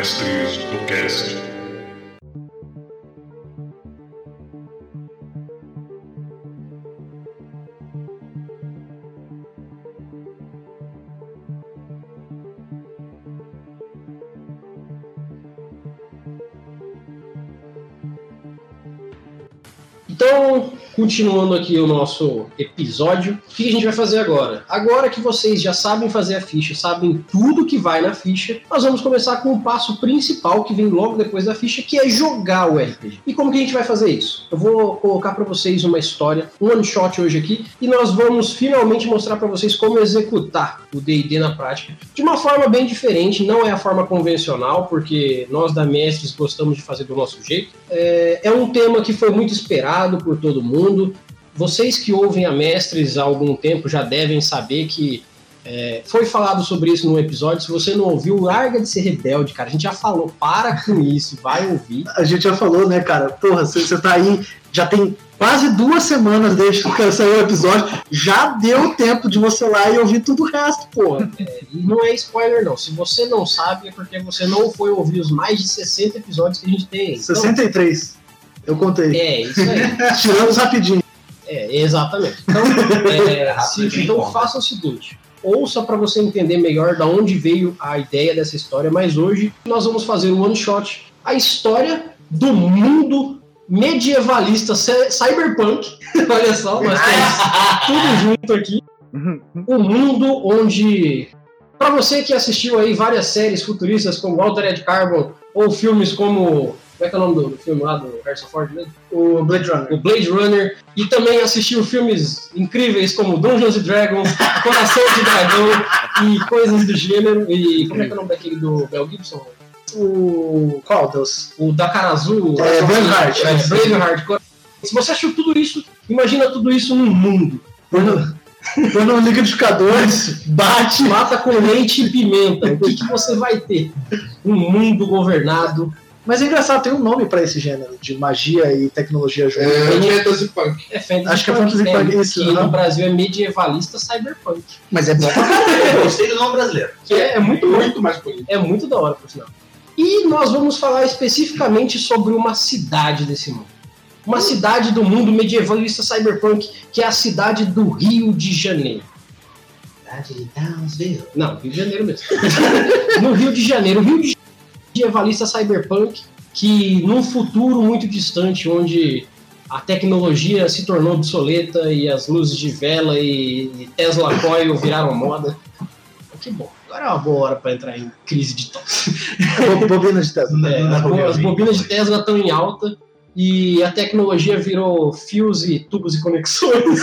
Mestres do Cast. Então, continuando aqui o nosso episódio, o que a gente vai fazer agora? Agora que vocês já sabem fazer a ficha, sabem tudo que vai na ficha, nós vamos começar com o passo principal que vem logo depois da ficha, que é jogar o RPG. E como que a gente vai fazer isso? Eu vou colocar para vocês uma história, um one shot hoje aqui, e nós vamos finalmente mostrar para vocês como executar o D&D na prática. De uma forma bem diferente, não é a forma convencional, porque nós da Mestres gostamos de fazer do nosso jeito. É um tema que foi muito esperado por todo mundo. Vocês que ouvem a Mestres há algum tempo já devem saber que foi falado sobre isso num episódio. Se você não ouviu, larga de ser rebelde, cara. A gente já falou, para com isso, vai ouvir. A gente já falou, né, cara? Porra, você tá aí, já tem quase 2 semanas desde que saiu o episódio, já deu tempo de você ir lá e ouvir tudo o resto, porra. E não é spoiler, não. Se você não sabe, é porque você não foi ouvir os mais de 60 episódios que a gente tem. Então, 63. Eu contei. isso aí. Tiramos rapidinho. Exatamente. Então faça o seguinte. Ouça para você entender melhor de onde veio a ideia dessa história, mas hoje nós vamos fazer um one shot, a história do mundo medievalista cyberpunk. Olha só, nós temos tudo junto aqui. O mundo onde, para você que assistiu aí várias séries futuristas como Altered Carbon ou filmes como, como é que é o nome do filme lá do Harrison Ford mesmo? O Blade Runner. O Blade Runner, e também assistiu filmes incríveis como Dungeons & Dragons, Coração de Dragão e coisas do gênero. E como é que é o nome daquele do Mel Gibson? Qual Deus? O da cara azul. Braveheart. Braveheart. Se você assistiu tudo isso, imagina tudo isso num mundo. Põe no liquidificador, bate. Mata com leite e pimenta. O que você vai ter? Um mundo governado. Mas é engraçado, tem um nome pra esse gênero de magia e tecnologia junto. Fantasy Punk. Acho que é Fantasy Punk, isso. Que no Brasil é medievalista cyberpunk. Mas é bom pra caralho. Eu gostei do nome brasileiro. Que é muito mais bonito. É muito da hora, por sinal. E nós vamos falar especificamente sobre uma cidade desse mundo. Uma cidade do mundo medievalista cyberpunk, que é a cidade do Rio de Janeiro. Cidade de Townsville. Não, Rio de Janeiro mesmo. No Rio de Janeiro. O Rio de Janeiro medievalista cyberpunk, que num futuro muito distante, onde a tecnologia se tornou obsoleta e as luzes de vela e Tesla Coil viraram moda. Que bom. Agora é uma boa hora para entrar em crise de tosse. Bobinas de Tesla. As bobinas de Tesla estão em alta e a tecnologia virou fios e tubos e conexões.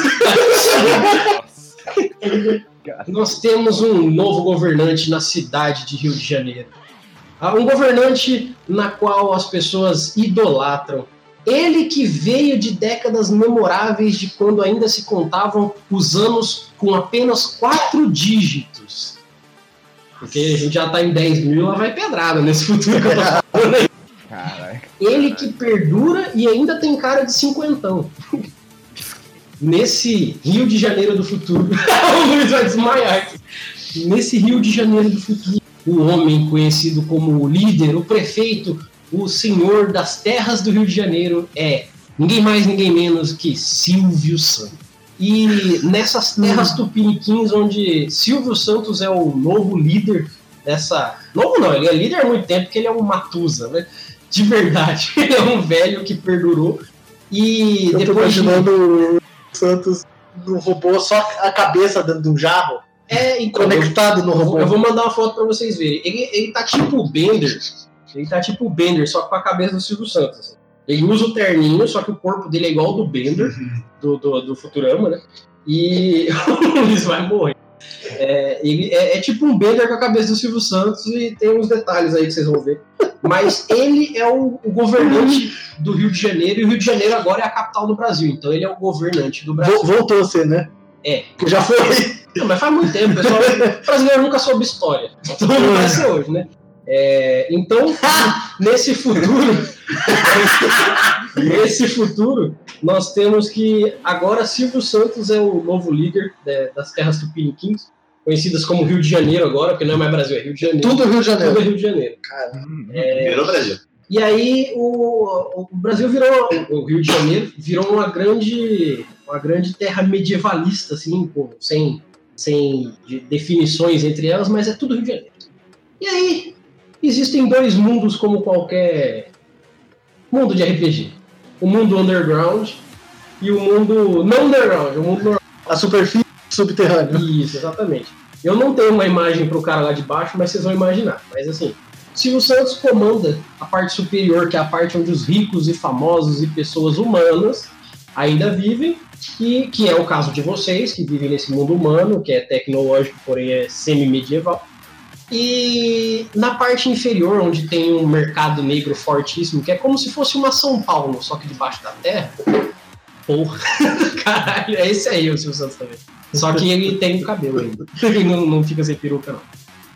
Nós temos um novo governante na cidade de Rio de Janeiro. Um governante na qual as pessoas idolatram. Ele que veio de décadas memoráveis de quando ainda se contavam os anos com apenas 4 dígitos. Porque a gente já tá em 10 mil, lá vai pedrada nesse futuro que eu tô falando aí. Ele que perdura e ainda tem cara de cinquentão. Nesse Rio de Janeiro do futuro. O Luiz vai desmaiar aqui. Nesse Rio de Janeiro do futuro, o homem conhecido como o líder, o prefeito, o senhor das terras do Rio de Janeiro é ninguém mais, ninguém menos que Silvio Santos. E nessas terras tupiniquins, onde Silvio Santos é o novo líder dessa... Novo não, ele é líder há muito tempo, porque ele é um matusa, né? De verdade. Ele é um velho que perdurou. E eu tô imaginando o Santos no robô, só a cabeça dentro de um jarro. Então, conectado no robô. Eu vou mandar uma foto pra vocês verem. Ele tá tipo o Bender. Ele tá tipo o Bender, só que com a cabeça do Silvio Santos. Assim. Ele usa o terninho, só que o corpo dele é igual ao do Bender, do Futurama, né? E o Luiz vai morrer. Ele é tipo um Bender com a cabeça do Silvio Santos e tem uns detalhes aí que vocês vão ver. Mas ele é o governante do Rio de Janeiro, e o Rio de Janeiro agora é a capital do Brasil. Então ele é o governante do Brasil. Voltou a ser, né? Que já foi. Não, mas faz muito tempo, pessoal. O brasileiro nunca soube história. Então não vai ser hoje, né? Então, nesse futuro, nós temos que agora Silvio Santos é o novo líder das terras tupiniquins. conhecidas como Rio de Janeiro agora, porque não é mais Brasil, é Rio de Janeiro. Tudo Rio de Janeiro. Tudo é Rio de Janeiro. Cara, Virou Brasil. E aí o Brasil virou, o Rio de Janeiro virou uma grande terra medievalista, assim, sem definições entre elas, mas é tudo Rio de Janeiro. E aí existem dois mundos como qualquer mundo de RPG. O mundo underground e o mundo não underground, o mundo normal. a superfície subterrânea. Isso, exatamente. Eu não tenho uma imagem pro cara lá de baixo, mas vocês vão imaginar. Mas assim, Silvio Santos comanda a parte superior, que é a parte onde os ricos e famosos e pessoas humanas ainda vivem, e que é o caso de vocês, que vivem nesse mundo humano, que é tecnológico, porém é semi-medieval. E na parte inferior, onde tem um mercado negro fortíssimo, que é como se fosse uma São Paulo, só que debaixo da terra. Porra, caralho, é esse aí o Silvio Santos também. Só que ele tem o cabelo ainda. Ele não fica sem peruca, não.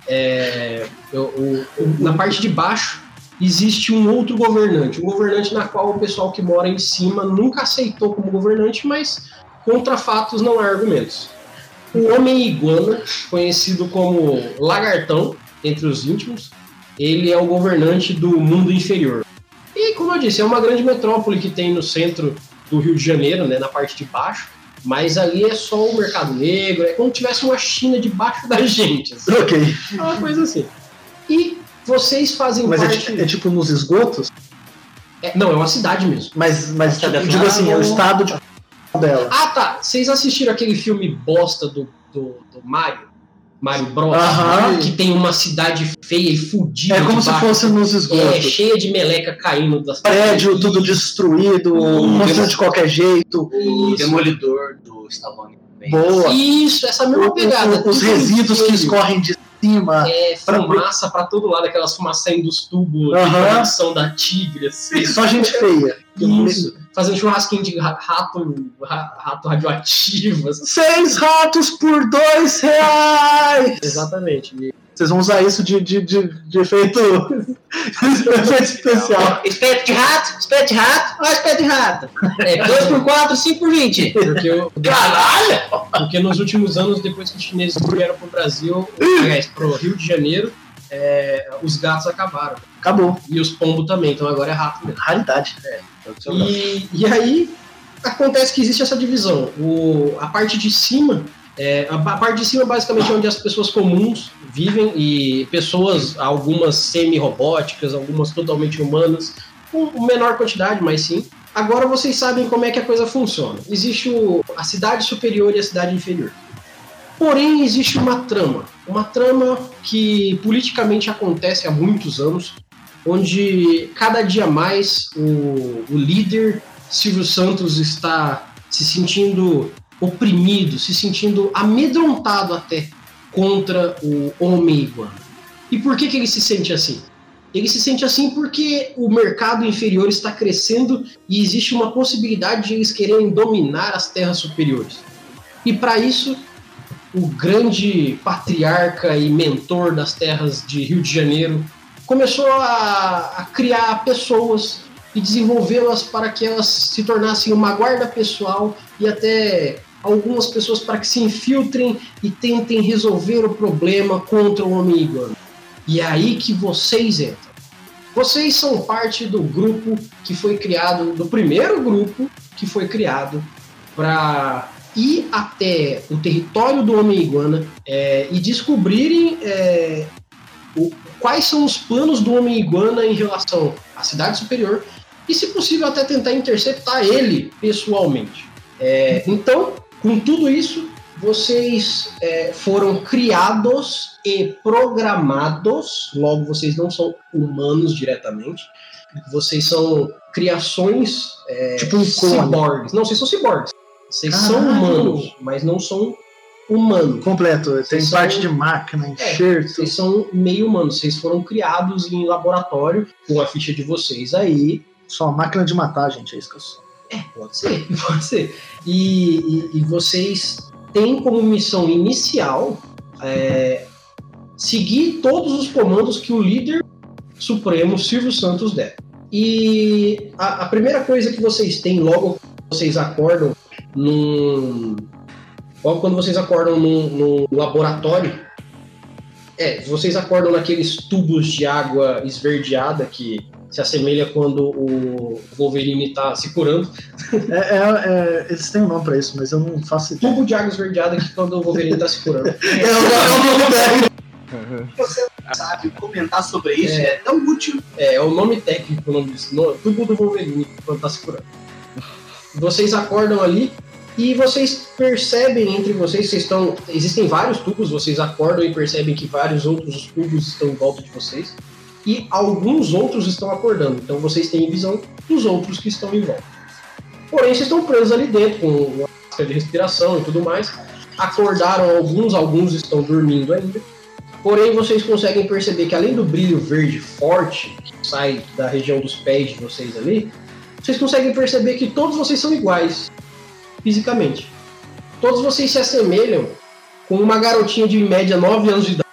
Na parte de baixo existe um outro governante. Um governante na qual o pessoal que mora em cima nunca aceitou como governante, mas contra fatos não há argumentos. O Homem Iguana, conhecido como Lagartão, entre os íntimos, ele é o governante do mundo inferior. E, como eu disse, é uma grande metrópole que tem no centro do Rio de Janeiro, né, na parte de baixo, mas ali é só o mercado negro, é como se tivesse uma China debaixo da gente. Assim. Ok. É uma coisa assim. E vocês fazem Mas parte... é tipo nos esgotos? Não, é uma cidade mesmo. Mas tipo, Cidade digo assim, é o não. estado de dela. Ah, tá. Vocês assistiram aquele filme bosta do Mario? Mario Bros? Aham. Que tem uma cidade feia e fudida. É como se debaixo. fosse nos esgotos. Cheia de meleca caindo das Prédio tudo destruído, construído de qualquer jeito. O Demolidor do Stallone também. Boa. Isso, essa mesma pegada. Os Tudo resíduos que feio. escorrem de cima. Fumaça pra todo lado, aquelas fumaças saindo dos tubos Aham. de produção da Tigre. Assim. Só gente feia. Isso. Fazendo churrasquinho de rato radioativo. Assim. 6 ratos por R$2. Exatamente. E Vocês vão usar isso de efeito, efeito especial. Espeto de rato, ó, espeto de rato. 2 por 4, 5 por 20. Caralho! Porque nos últimos anos, depois que os chineses vieram pro Brasil, aliás, pro Rio de Janeiro, os gatos acabaram. Acabou. E os pombos também, então agora é rato mesmo. Raridade. E aí acontece que existe essa divisão. A parte de cima, basicamente é onde as pessoas comuns vivem, e pessoas, algumas semi-robóticas, algumas totalmente humanas, com menor quantidade, mas sim. Agora vocês sabem como é que a coisa funciona. Existe a cidade superior e a cidade inferior. Porém, existe uma trama que politicamente acontece há muitos anos, onde cada dia mais o líder Silvio Santos está se sentindo oprimido, se sentindo amedrontado até contra o Homem Iguana. E por que ele se sente assim? Ele se sente assim porque o mercado inferior está crescendo e existe uma possibilidade de eles quererem dominar as terras superiores. E para isso, o grande patriarca e mentor das terras de Rio de Janeiro começou a criar pessoas e desenvolvê-las para que elas se tornassem uma guarda pessoal e até algumas pessoas para que se infiltrem e tentem resolver o problema contra o Homem Iguana. E é aí que vocês entram. Vocês são parte do grupo que foi criado, do primeiro grupo que foi criado para ir até o território do Homem Iguana e descobrirem quais são os planos do Homem Iguana em relação à cidade superior e, se possível, até tentar interceptar ele pessoalmente. Então, com tudo isso, vocês foram criados e programados, logo vocês não são humanos diretamente, vocês são criações tipo um ciborgues. Não, vocês são ciborgues. Vocês são humanos, mas não são humanos. Completo, tem Vocês parte são- de máquina, enxerto. Vocês são meio humanos, vocês foram criados em laboratório com a ficha de vocês aí. Só máquina de matar, gente, é isso que eu sou. Pode ser, pode ser. E vocês têm como missão inicial seguir todos os comandos que o líder supremo, Silvio Santos, der. E a primeira coisa que vocês têm logo que vocês acordam Logo quando vocês acordam num laboratório, vocês acordam naqueles tubos de água esverdeada que se assemelha quando o Wolverine tá se curando. Eles têm um nome pra isso, mas eu não faço ideia. Tubo de água esverdeada que quando o Wolverine tá se curando. Você não sabe comentar sobre isso, é tão útil. É o nome técnico, o nome disso. Tubo do Wolverine quando tá se curando. Vocês acordam ali e vocês percebem entre vocês, existem vários tubos, vocês acordam e percebem que vários outros tubos estão em volta de vocês. E alguns outros estão acordando, então vocês têm visão dos outros que estão em volta. Porém, vocês estão presos ali dentro, com uma máscara de respiração e tudo mais. Acordaram alguns estão dormindo ainda. Porém, vocês conseguem perceber que além do brilho verde forte, que sai da região dos pés de vocês ali, vocês conseguem perceber que todos vocês são iguais, fisicamente. Todos vocês se assemelham com uma garotinha de em média 9 anos de idade.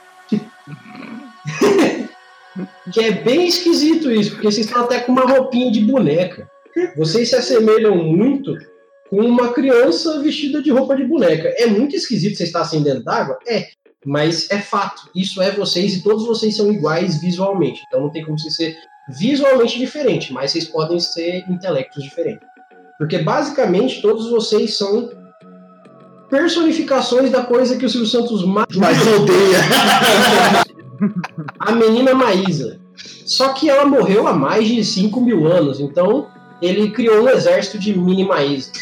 Que é bem esquisito isso, porque vocês estão até com uma roupinha de boneca. Vocês se assemelham muito com uma criança vestida de roupa de boneca. É muito esquisito você estar assim dentro d'água? Mas é fato. Isso é vocês e todos vocês são iguais visualmente. Então não tem como você ser visualmente diferente, mas vocês podem ser intelectos diferentes. Porque basicamente todos vocês são personificações da coisa que o Silvio Santos mais odeia. A menina Maísa. Só que ela morreu há mais de 5.000 anos, então ele criou um exército de mini Maísas.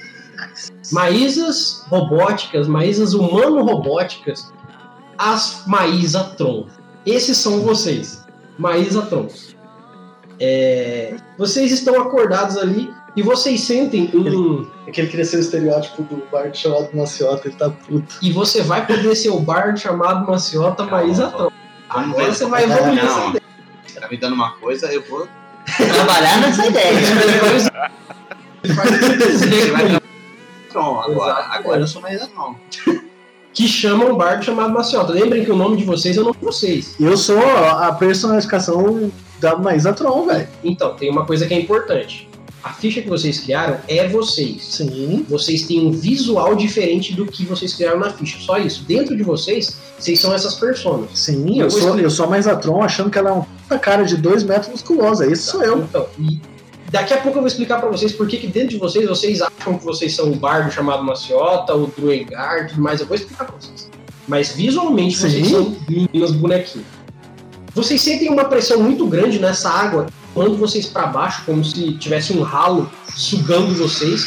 Maísas robóticas, Maísas humano-robóticas, as Maísatron. Esses são vocês, Maísatrons. Vocês estão acordados ali e vocês sentem É que ele queria ser o estereótipo do Bard chamado Maciota, ele tá puto. E você vai poder ser o Bard chamado Maciota Maísatron. Agora você vai evoluir essa ideia. Você tá me dando uma coisa, eu vou trabalhar nessa ideia. Você vai agora eu sou Maísatron. Que chamam um bardo chamado Maciota. Lembrem que o nome de vocês é o nome de vocês. Eu sou a personificação da Maísatron, velho. Então, tem uma coisa que é importante. A ficha que vocês criaram é vocês. Sim. Vocês têm um visual diferente do que vocês criaram na ficha. Só isso. Dentro de vocês são essas personas. Sim, eu sou a Maísatron achando que ela é uma cara de 2 metros musculosa. Esse sou eu. Então, e daqui a pouco eu vou explicar pra vocês por que dentro de vocês acham que vocês são o bardo chamado Maciota, o Druegar e tudo mais. Eu vou explicar pra vocês. Mas visualmente vocês são meninas bonequinhas. Vocês sentem uma pressão muito grande nessa água, empurrando vocês para baixo, como se tivesse um ralo sugando vocês.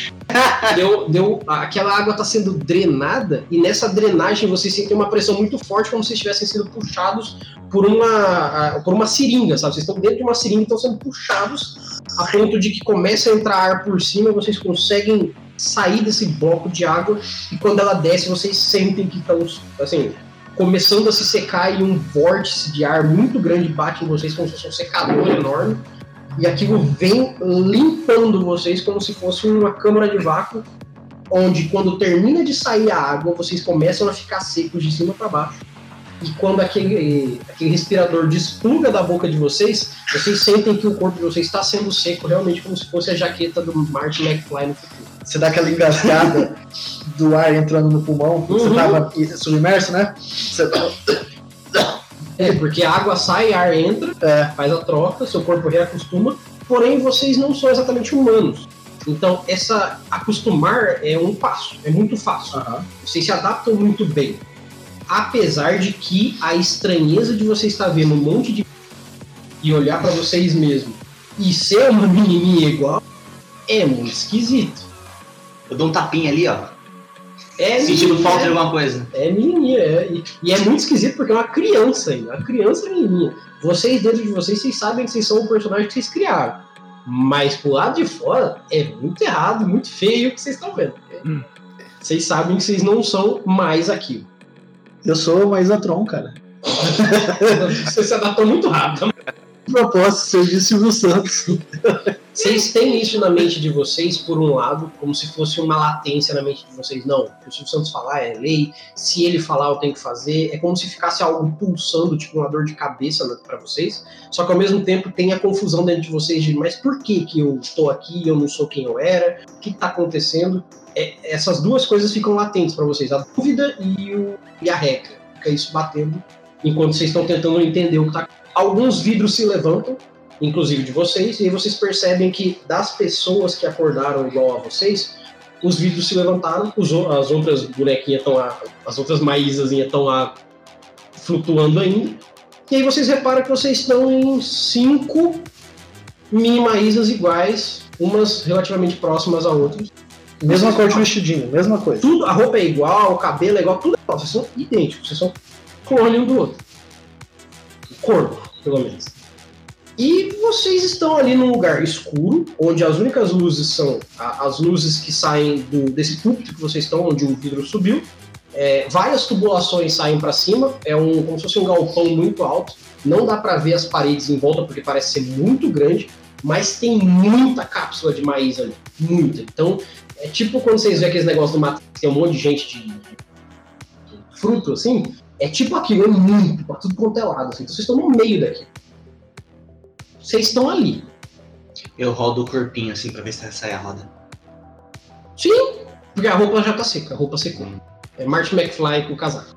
Aquela água está sendo drenada, e nessa drenagem vocês sentem uma pressão muito forte, como se estivessem sendo puxados por uma seringa, sabe? Vocês estão dentro de uma seringa e estão sendo puxados a ponto de que começa a entrar ar por cima, vocês conseguem sair desse bloco de água, e quando ela desce, vocês sentem que estão, assim, começando a se secar, e um vórtice de ar muito grande bate em vocês como se fosse um secador enorme, e aquilo vem limpando vocês como se fosse uma câmara de vácuo, onde quando termina de sair a água, vocês começam a ficar secos de cima para baixo, e quando aquele respirador despluga da boca de vocês sentem que o corpo de vocês está sendo seco, realmente como se fosse a jaqueta do Martin McFly no futuro. Você dá aquela engasgada do ar entrando no pulmão, você tava submerso, né? Porque a água sai, a ar entra, faz a troca, seu corpo reacostuma, porém vocês não são exatamente humanos. Então, acostumar é um passo, é muito fácil. Vocês se adaptam muito bem. Apesar de que a estranheza de você estar vendo um monte de e olhar pra vocês mesmos e ser uma menininha igual é muito esquisito. Eu dou um tapinha ali, ó. Sentindo falta de alguma coisa. É menininha, e é muito esquisito porque é uma criança ainda. A criança é menininha. Vocês, dentro de vocês sabem que vocês são o personagem que vocês criaram. Mas pro lado de fora é muito errado, muito feio o que vocês estão vendo. Vocês sabem que vocês não são mais aquilo. Eu sou o Maísatron, cara. Você se adaptou muito rápido. Propósito, serviço Silvio Santos. Vocês têm isso na mente de vocês, por um lado, como se fosse uma latência na mente de vocês. Não, o que o Silvio Santos falar é lei, se ele falar eu tenho que fazer. É como se ficasse algo pulsando, tipo uma dor de cabeça para vocês. Só que ao mesmo tempo tem a confusão dentro de vocês de, mas por que eu estou aqui e eu não sou quem eu era? O que está acontecendo? Essas duas coisas ficam latentes para vocês, a dúvida e a regra. Fica isso batendo enquanto vocês estão tentando entender o que está. Alguns vidros se levantam, inclusive de vocês, e aí vocês percebem que das pessoas que acordaram igual a vocês, os vidros se levantaram, as outras bonequinhas estão lá, as outras maísazinhas estão lá flutuando ainda, e aí vocês reparam que vocês estão em 5 mini maísas iguais, umas relativamente próximas a outras. Mesma cor de vestidinho, mesma coisa. Tudo, a roupa é igual, o cabelo é igual, tudo é igual, vocês são idênticos, vocês são clone um do outro. O corpo, pelo menos. E vocês estão ali num lugar escuro, onde as únicas luzes são as luzes que saem desse púlpito que vocês estão, onde o vidro subiu. Várias tubulações saem para cima, como se fosse um galpão muito alto. Não dá para ver as paredes em volta, porque parece ser muito grande, mas tem muita cápsula de maíz ali, muita. Então, é tipo quando vocês veem aqueles negócios do Matrix, tem um monte de gente de fruto, assim, é tipo aquilo, é muito, pra tudo quanto é lado, assim. Então vocês estão no meio daqui. Vocês estão ali. Eu rodo o corpinho assim pra ver se sai a roda. Sim, porque a roupa já tá seca, a roupa secou. É Marty McFly com o casaco.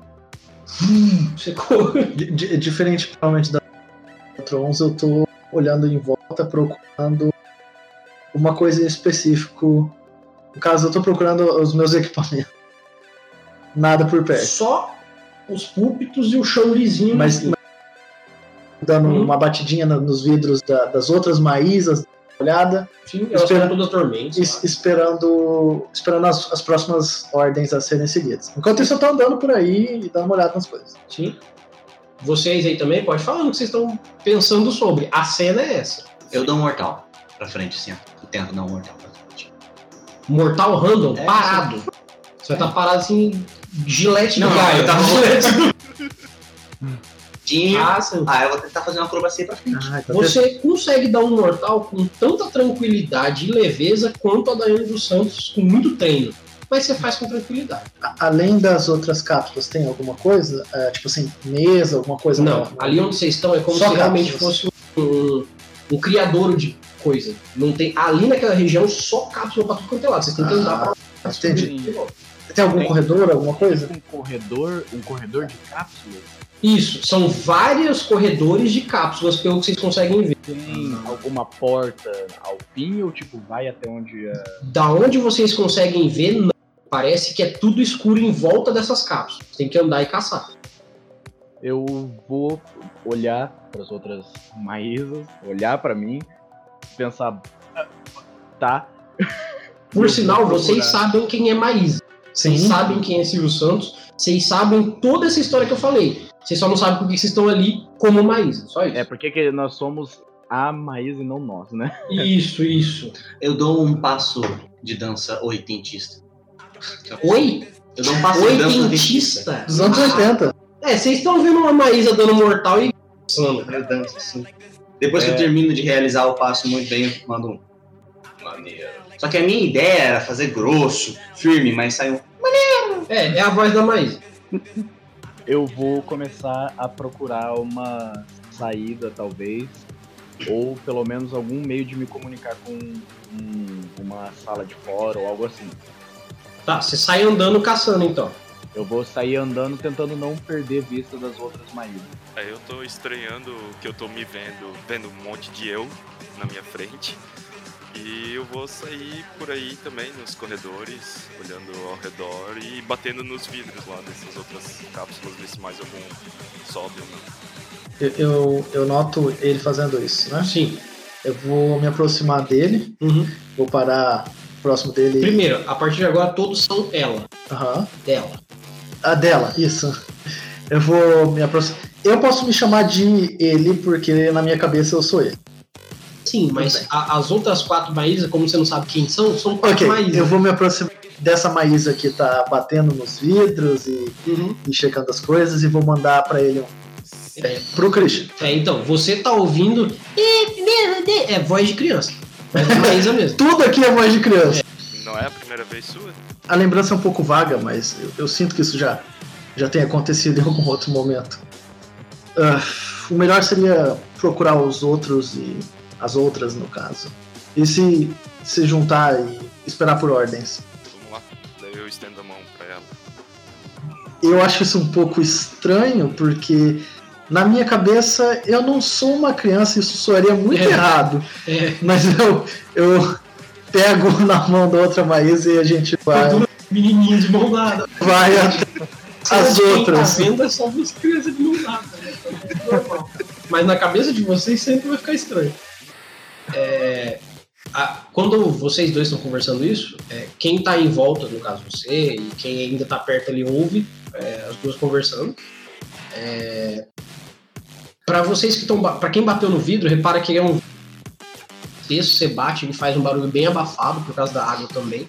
Secou. Diferente, provavelmente, da Trons, eu tô olhando em volta, procurando uma coisa em específico. No caso, eu tô procurando os meus equipamentos. Nada por perto. Só os púlpitos e o chão lisinho. Mas dando uma batidinha nos vidros das outras maísas, olhada. Sim, elas estão todas dormentes. Esperando as próximas ordens a serem seguidas. Enquanto isso, eu tô andando por aí e dando uma olhada nas coisas. Sim. Vocês aí também, pode falar o que vocês estão pensando sobre. A cena é essa. Eu dou um mortal pra frente, assim, ó. Eu tento dar um mortal pra frente. Mortal random, parado. Sim. Você vai estar parado assim, gilete do Gaia. Eu tava eu vou tentar fazer uma acrobacia pra frente. Você consegue dar um mortal com tanta tranquilidade e leveza quanto a Daiane dos Santos com muito treino. Mas você faz com tranquilidade. Além das outras cápsulas, tem alguma coisa? Tipo assim, mesa, alguma coisa? Não, ali onde vocês estão é como se realmente fosse um criador de coisa. Não tem, ali naquela região só cápsula pra tudo quanto é lado. Vocês têm que andar pra... Entendi. Tem algum corredor, alguma coisa? Um corredor de cápsulas? Isso, são vários corredores de cápsulas, pelo que vocês conseguem ver. Tem alguma porta ao fim ou tipo vai até onde... Da onde vocês conseguem ver, não. Parece que é tudo escuro em volta dessas cápsulas. Tem que andar e caçar. Eu vou olhar para as outras maísas, olhar para mim, pensar... Tá. Por sinal, vocês sabem quem é Maísa. Vocês sabem quem é Silvio Santos. Vocês sabem toda essa história que eu falei. Vocês só não sabem por que vocês estão ali como Maísa. Só isso. É porque nós somos a Maísa e não nós, né? Isso. Eu dou um passo de dança oitentista. Oi? Eu dou um passo de dança oitentista? Dos anos 80. Vocês estão vendo uma Maísa dando mortal e... Eu danço assim. Depois que eu termino de realizar o passo muito bem, eu mando um... Maneiro. Só que a minha ideia era fazer grosso, firme, mas saiu... Maneiro! É a voz da Maísa. Eu vou começar a procurar uma saída, talvez, ou pelo menos algum meio de me comunicar com uma sala de fora ou algo assim. Tá, você sai andando caçando, então. Eu vou sair andando tentando não perder vista das outras maísas. Aí eu tô estranhando que eu tô me vendo um monte de eu na minha frente. E eu vou sair por aí também, nos corredores, olhando ao redor e batendo nos vidros lá dessas outras cápsulas, ver se mais algum sobe ou não. Eu noto ele fazendo isso, né? Sim. Eu vou me aproximar dele, vou parar próximo dele. Primeiro, a partir de agora todos são ela. Dela. A dela, isso. Eu vou me aproximar. Eu posso me chamar de ele, porque na minha cabeça eu sou ele. Sim, mas as outras 4 Maísas, como você não sabe quem são 4 Maísas. Eu vou me aproximar dessa Maísa que tá batendo nos vidros e checando as coisas e vou mandar pra ele pro Christian. Então, você tá ouvindo voz de criança. Mas é Maísa mesmo. Tudo aqui é voz de criança. Não é a primeira vez sua? A lembrança é um pouco vaga, mas eu sinto que isso já tenha acontecido em algum outro momento. O melhor seria procurar os outros e as outras, no caso. E se juntar e esperar por ordens. Vamos lá, daí eu estendo a mão pra ela. Eu acho isso um pouco estranho, porque na minha cabeça eu não sou uma criança, isso soaria muito errado. Mas eu pego na mão da outra Maísa e a gente vai. Menininho de mão dada. Vai até as outras. Quem tá vendo é só as crianças de mão dada, né? Então, normal. Mas na cabeça de vocês sempre vai ficar estranho. Quando vocês dois estão conversando isso, quem tá em volta, no caso você, e quem ainda tá perto ali ouve as duas conversando. Pra vocês que estão. Pra quem bateu no vidro, repara que ele é um texto, você bate, ele faz um barulho bem abafado por causa da água também.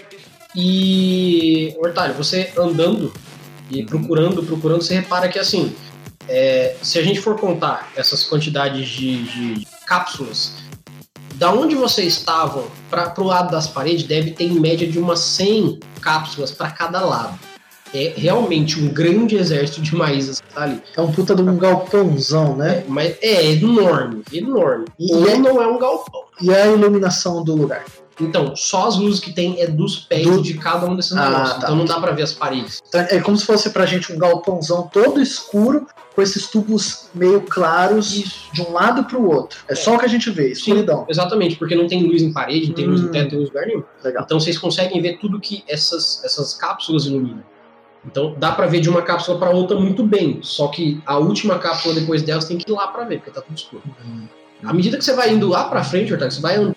E, Hortário, você andando e procurando, você repara que assim, se a gente for contar essas quantidades de cápsulas, da onde vocês estavam pro lado das paredes, deve ter em média de umas 100 cápsulas para cada lado. É realmente um grande exército de Maísas que tá ali. É um puta de um galpãozão, né? Mas é enorme. E não é um galpão. E a iluminação do lugar? Então, só as luzes que tem é dos pés de cada um desses negócios. Então não dá pra ver as paredes. Então, é como se fosse pra gente um galpãozão todo escuro, com esses tubos meio claros de um lado pro outro. É só o que a gente vê, escuridão. Sim, exatamente, porque não tem luz em parede, não tem luz no teto, não tem luz em lugar nenhum. Legal. Então vocês conseguem ver tudo que essas cápsulas iluminam. Então dá pra ver de uma cápsula pra outra muito bem. Só que a última cápsula depois delas tem que ir lá pra ver, porque tá tudo escuro. À medida que você vai indo lá pra frente, Hortário, você vai andando,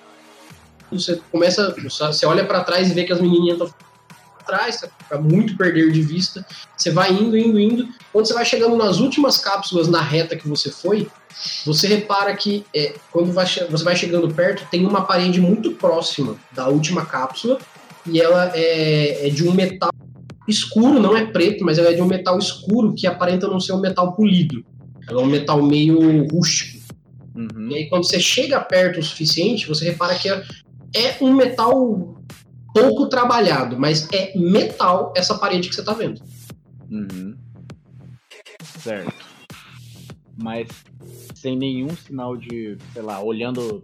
você olha pra trás e vê que as menininhas estão atrás, você fica muito perder de vista. Você vai indo. Quando você vai chegando nas últimas cápsulas na reta que você foi, você repara que quando você vai chegando perto, tem uma parede muito próxima da última cápsula e ela é de um metal escuro, não é preto, mas ela é de um metal escuro que aparenta não ser um metal polido. Ela é um metal meio rústico. E aí quando você chega perto o suficiente, você repara que é um metal pouco trabalhado, mas é metal essa parede que você tá vendo. Certo. Mas sem nenhum sinal de, sei lá, olhando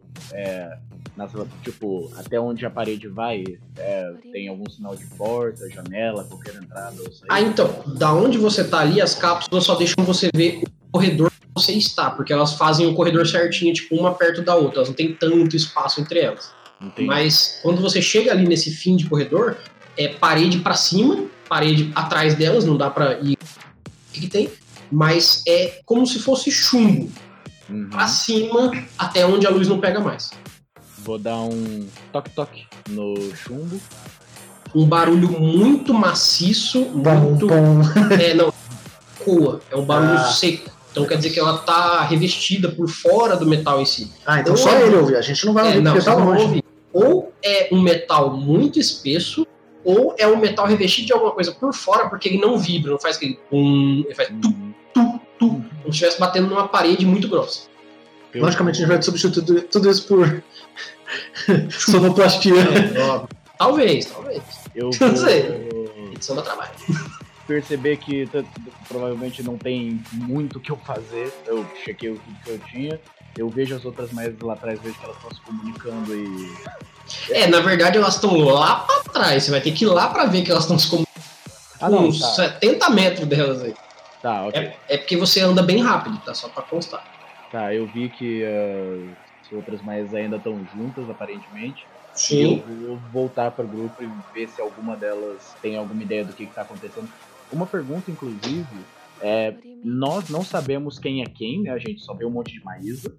tipo, até onde a parede vai, tem algum sinal de porta, janela, qualquer entrada ou saída? Então, da onde você tá ali, as cápsulas só deixam você ver o corredor que você está, porque elas fazem o corredor certinho, tipo, uma perto da outra, elas não tem tanto espaço entre elas. Entendi. Mas quando você chega ali nesse fim de corredor, é parede pra cima, parede atrás delas, não dá pra ir o que tem, mas é como se fosse chumbo. Pra cima, até onde a luz não pega mais. Vou dar um toque-toque no chumbo. Um barulho muito maciço, muito... não, coa, é um barulho seco. Então quer dizer que ela tá revestida por fora do metal em si. Então só ele ouvir, a gente não vai ouvir, porque tá longe. Ou é um metal muito espesso, ou é um metal revestido de alguma coisa por fora, porque ele não vibra, não faz aquele pum, ele faz tu, como se estivesse batendo numa parede muito grossa. Logicamente a gente vai substituir tudo isso por sonoplastia. Talvez. Eu não sei. Edição dá trabalho. Perceber que provavelmente não tem muito o que eu fazer. Eu chequei o que eu tinha. Eu vejo as outras mais lá atrás, vejo que elas estão se comunicando e... na verdade elas estão lá pra trás. Você vai ter que ir lá pra ver que elas estão se comunicando. Uns 70 metros delas aí. Tá, ok. É porque você anda bem rápido, tá? Só pra constar. Tá, eu vi que as outras mais ainda estão juntas, aparentemente. Sim. E eu vou voltar pro grupo e ver se alguma delas tem alguma ideia do que tá acontecendo. Uma pergunta, inclusive, nós não sabemos quem é quem, né? A gente só vê um monte de Maísa.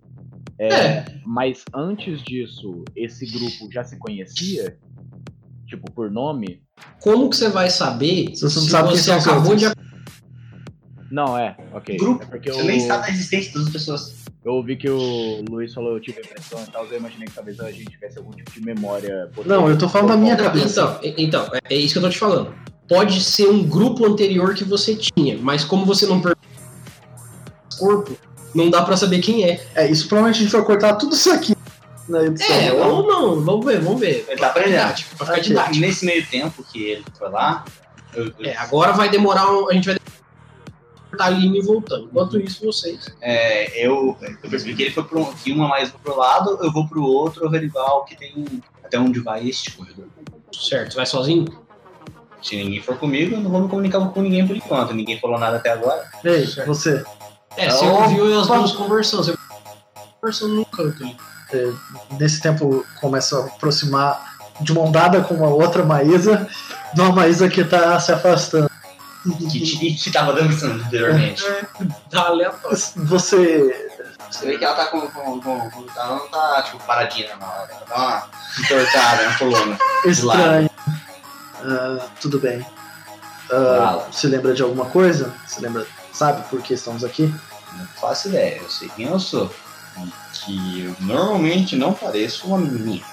Mas antes disso, esse grupo já se conhecia? Tipo, por nome? Como que você vai saber se você acabou de... Não, ok. Grupo, é porque você nem sabe a existência das pessoas. Eu ouvi que o Luiz falou, eu tive a impressão e tal, eu imaginei que talvez a gente tivesse algum tipo de memória. Não, eu tô falando da minha cabeça. Então, é isso que eu tô te falando. Pode ser um grupo anterior que você tinha, mas como você não perdeu o corpo, não dá pra saber quem é. Isso provavelmente a gente vai cortar tudo isso aqui na edição. Ou não, vamos ver. Ele tá aprendendo. Pra ficar didático. Nesse meio tempo que ele foi lá, Agora vai demorar, a gente vai cortar a linha e voltando. Enquanto isso, vocês... eu percebi que ele foi que uma mais foi pro lado, eu vou pro outro, averiguar o que tem, até onde vai este corredor. Certo, você vai sozinho? Se ninguém for comigo, eu não vou me comunicar com ninguém por enquanto. Ninguém falou nada até agora. Ei, Certo. você. Você ouviu as duas conversando. Você conversando no canto ali. Nesse tempo começa a aproximar de mão dada com uma outra Maísa, de uma Maísa que tá se afastando. Que tava dançando anteriormente. Tá aleatório. Você vê que ela tá ela não tá tipo paradinha na hora. Ela tá uma entortada na coluna. estranho. Tudo bem. Se lembra de alguma coisa? Sabe por que estamos aqui? Não faço ideia, eu sei quem eu sou. E que eu normalmente não pareço uma menininha.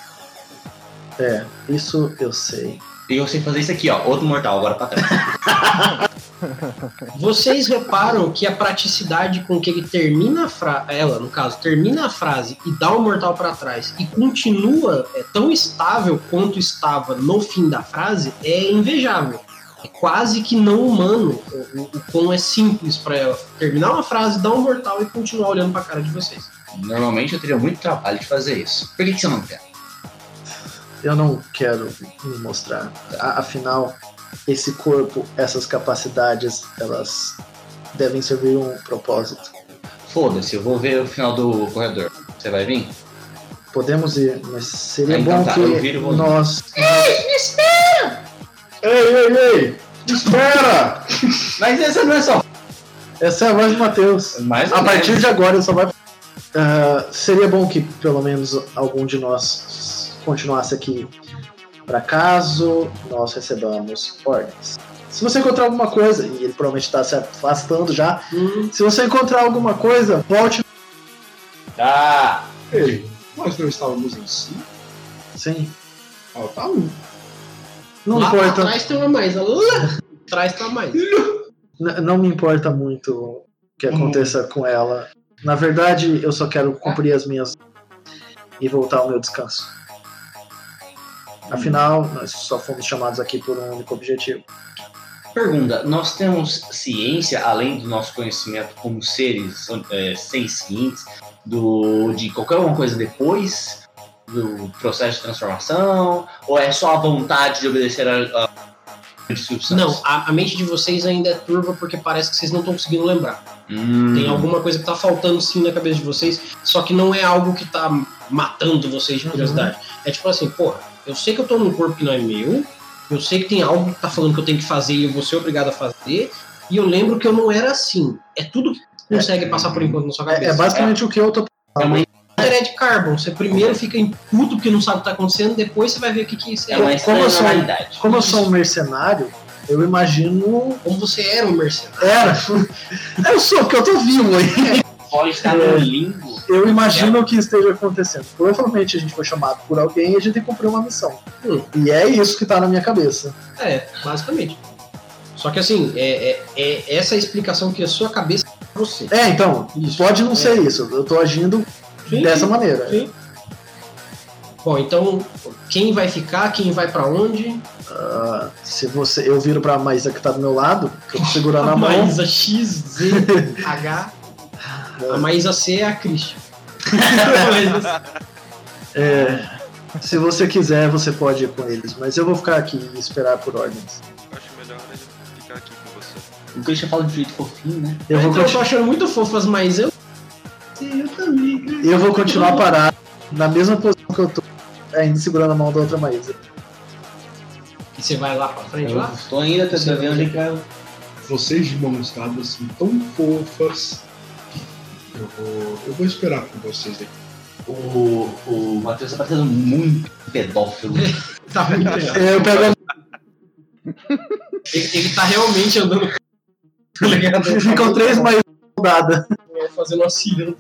Isso eu sei. E eu sei fazer isso aqui, ó. Outro mortal, agora pra trás. Vocês reparam que a praticidade com que ele termina a frase, ela, no caso, termina a frase e dá o mortal pra trás e continua tão estável quanto estava no fim da frase é invejável. É quase que não humano o quão é simples pra ela terminar uma frase, dar um mortal e continuar olhando pra cara de vocês. Normalmente eu teria muito trabalho de fazer isso. Por que você não quer? Eu não quero me mostrar. Afinal, esse corpo, essas capacidades, elas devem servir um propósito. Foda-se, eu vou ver o final do corredor. Você vai vir? Podemos ir, mas seria então bom tá, que eu viro e vou nós... Ei, me espera! Ei! Espera! Mas essa não é só... Essa é a voz de Matheus. Mais ou A partir menos. de agora eu só vai... seria bom que pelo menos algum de nós continuasse aqui para caso nós recebamos ordens. Se você encontrar alguma coisa, e ele provavelmente está se afastando já, se você encontrar alguma coisa, volte. Tá. Ei, nós não estávamos em si? Sim. Falta um. Não Lá importa. atrás tem uma mais. Atrás tá mais. Não me importa muito o que aconteça com ela. Na verdade, eu só quero cumprir as minhas e voltar ao meu descanso. Afinal, nós só fomos chamados aqui por um único objetivo. Pergunta, nós temos ciência, além do nosso conhecimento como seres sencientes, de qualquer uma coisa depois do processo de transformação? Ou é só a vontade de obedecer a instruções? Não, a mente de vocês ainda é turva porque parece que vocês não estão conseguindo lembrar. Tem alguma coisa que tá faltando sim na cabeça de vocês, só que não é algo que tá matando vocês de curiosidade. É tipo assim, porra, eu sei que eu tô num corpo que não é meu, eu sei que tem algo que tá falando que eu tenho que fazer e eu vou ser obrigado a fazer, e eu lembro que eu não era assim. É tudo que consegue passar por enquanto na sua cabeça. É basicamente o que eu tô É Red Carbon, você primeiro fica em puto porque não sabe o que tá acontecendo, depois você vai ver o que isso é. É uma externalidade. Como eu sou um mercenário, eu imagino... Como você era um mercenário. Eu sou, porque eu tô vivo aí. Pode estar no limbo. Eu imagino o que esteja acontecendo. Provavelmente a gente foi chamado por alguém e a gente tem que cumprir uma missão. E é isso que tá na minha cabeça. Basicamente. Só que assim, é essa a explicação que a sua cabeça é pra você. Então, Isso. pode não ser isso. Eu tô agindo dessa maneira. Sim. Bom, então, quem vai ficar, quem vai pra onde? Se você, eu viro pra Maísa que tá do meu lado, que eu tô segurando a mão. Maísa X, Z, H. A Maísa C é a Christian. Se você quiser, você pode ir com eles, mas eu vou ficar aqui e esperar por ordens. Acho melhor eu ficar aqui com você. O Christian fala de jeito fofinho, né? Eu tô achando muito fofo as Maísa. Sim, eu também. Eu vou continuar parado na mesma posição que eu tô, ainda segurando a mão da outra Maísa. E você vai lá pra frente, lá? Tô ainda tentando ver onde é que é. Vocês de mãos dadas assim, tão fofas. Eu vou esperar por vocês aqui. O Matheus tá parecendo muito pedófilo. Tá muito legal. Eu pego Ele tá realmente andando. Tá ligado? Ficam 3 Maísas dadas. Fazendo uma ciranda.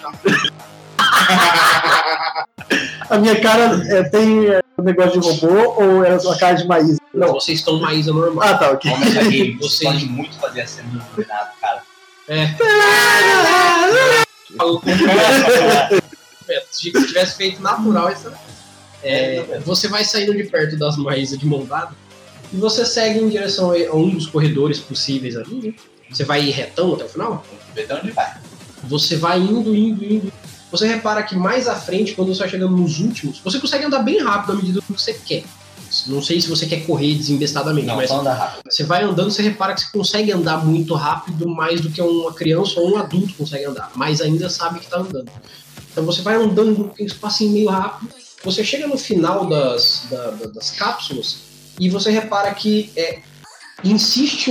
A minha cara tem um negócio de robô ou é uma cara de Maísa? Não, vocês estão Maísa normal. Ah, tá, ok. Vamos aqui, Vocês- você pode muito fazer a cena do cuidado, cara. metros. Se tivesse feito natural, isso você vai saindo de perto das maízas de mão dada e você segue em direção a um dos corredores possíveis ali, né? Você vai ir retão até o final? Vê de onde vai. Você vai indo. Você repara que mais à frente, quando você vai chegando nos últimos, você consegue andar bem rápido à medida do que você quer. Não sei se você quer correr desembestadamente, mas só andar rápido. você vai andando, você repara que você consegue andar muito rápido, mais do que uma criança ou um adulto consegue andar, mas ainda sabe que está andando. Então você vai andando um espacinho meio rápido, você chega no final das cápsulas e você repara que insiste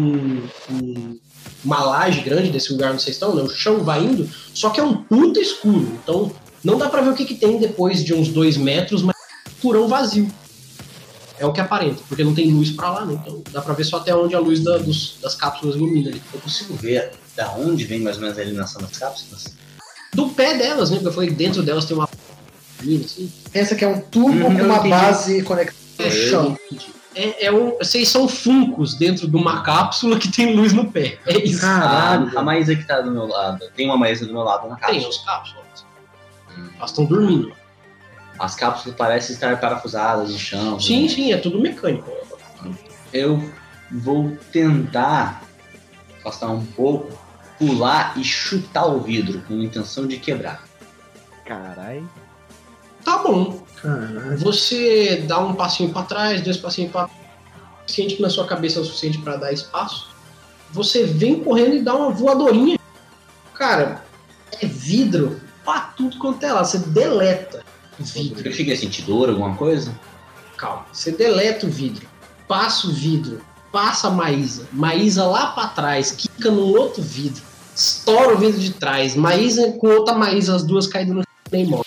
uma laje grande desse lugar onde vocês estão, né? O chão vai indo, só que é um puta escuro, então não dá pra ver o que tem depois de uns 2 metros, mas é um escurão vazio. É o que aparenta, porque não tem luz pra lá, né? Então dá pra ver só até onde a luz das cápsulas ilumina ali. Eu consigo ver da onde vem mais ou menos a iluminação das cápsulas? Do pé delas, né? Porque eu falei que dentro delas tem uma assim. Pensa que é um tubo com uma base conectada ao chão. Vocês são funcos dentro de uma cápsula que tem luz no pé. É isso. Caralho. A maísa que tá do meu lado. Tem uma maísa do meu lado na cápsula. Tem as cápsulas. Elas estão dormindo. As cápsulas parecem estar parafusadas no chão. Sim, é tudo mecânico. Eu vou tentar afastar um pouco, pular e chutar o vidro com a intenção de quebrar. Caralho. Tá bom. Caralho. Você dá um passinho pra trás, 2 passinhos pra trás, suficiente que na sua cabeça é o suficiente pra dar espaço. Você vem correndo e dá uma voadorinha. Cara, é vidro pra tudo quanto é lá. Você deleta o vidro. Eu cheguei a sentir dor, alguma coisa? Calma. Você deleta o vidro, passa o vidro, passa a Maísa lá pra trás, quica no outro vidro, estoura o vidro de trás, Maísa com outra Maísa, as duas caídas no chão e morrem.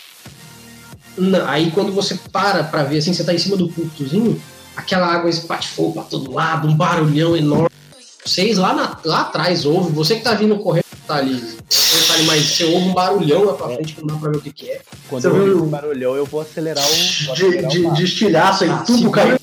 Aí quando você para pra ver, assim, você tá em cima do púlpitozinho, aquela água espatifou pra todo lado, um barulhão enorme. Vocês lá atrás ouvem, você que tá vindo correndo, tá ali, mas você ouve um barulhão lá pra frente que não dá pra ver o que é. Quando Você eu viu ouvi um barulhão, eu vou acelerar o. De estilhaço aí, tubo sim. caindo.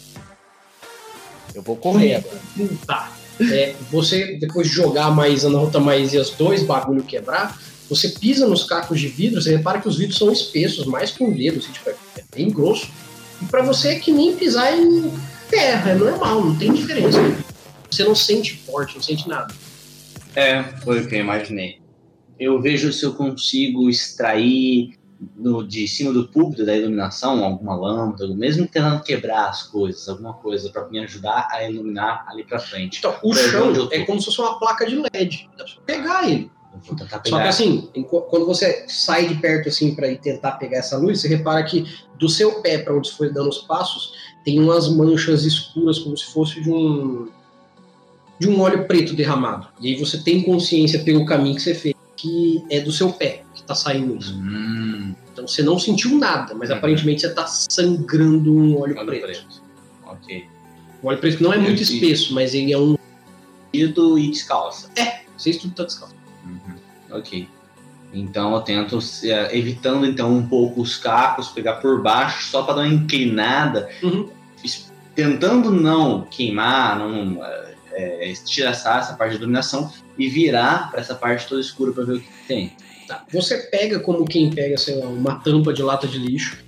Eu vou correr agora. Tá. Você, depois de jogar a Maísa na outra Maísa e os 2 bagulho quebrar, você pisa nos cacos de vidro, você repara que os vidros são espessos, mais que um dedo, assim, tipo, é bem grosso. E pra você é que nem pisar em terra, é normal, não tem diferença. Você não sente forte, não sente nada. Foi o que eu imaginei. Eu vejo se eu consigo extrair de cima do púlpito da iluminação alguma lâmpada, mesmo tentando quebrar as coisas, alguma coisa para me ajudar a iluminar ali pra frente. Então, o chão é como se fosse uma placa de LED. Dá pra pegar ele. Eu vou tentar Só pegar. que assim, quando você sai de perto assim para ir tentar pegar essa luz, você repara que do seu pé para onde você foi dando os passos, tem umas manchas escuras como se fosse de um óleo preto derramado. E aí você tem consciência pelo caminho que você fez que é do seu pé que tá saindo isso. Então você não sentiu nada, mas aparentemente você tá sangrando um óleo preto. Ok. O óleo preto não é muito espesso, mas ele é um... E descalça. Vocês tudo tá descalço. Ok. Então eu tento, evitando então um pouco os cacos, pegar por baixo, só para dar uma inclinada, tentando não queimar, não estirar essa parte de iluminação e virar para essa parte toda escura para ver o que tem. Tá. Você pega como quem pega, sei lá, uma tampa de lata de lixo,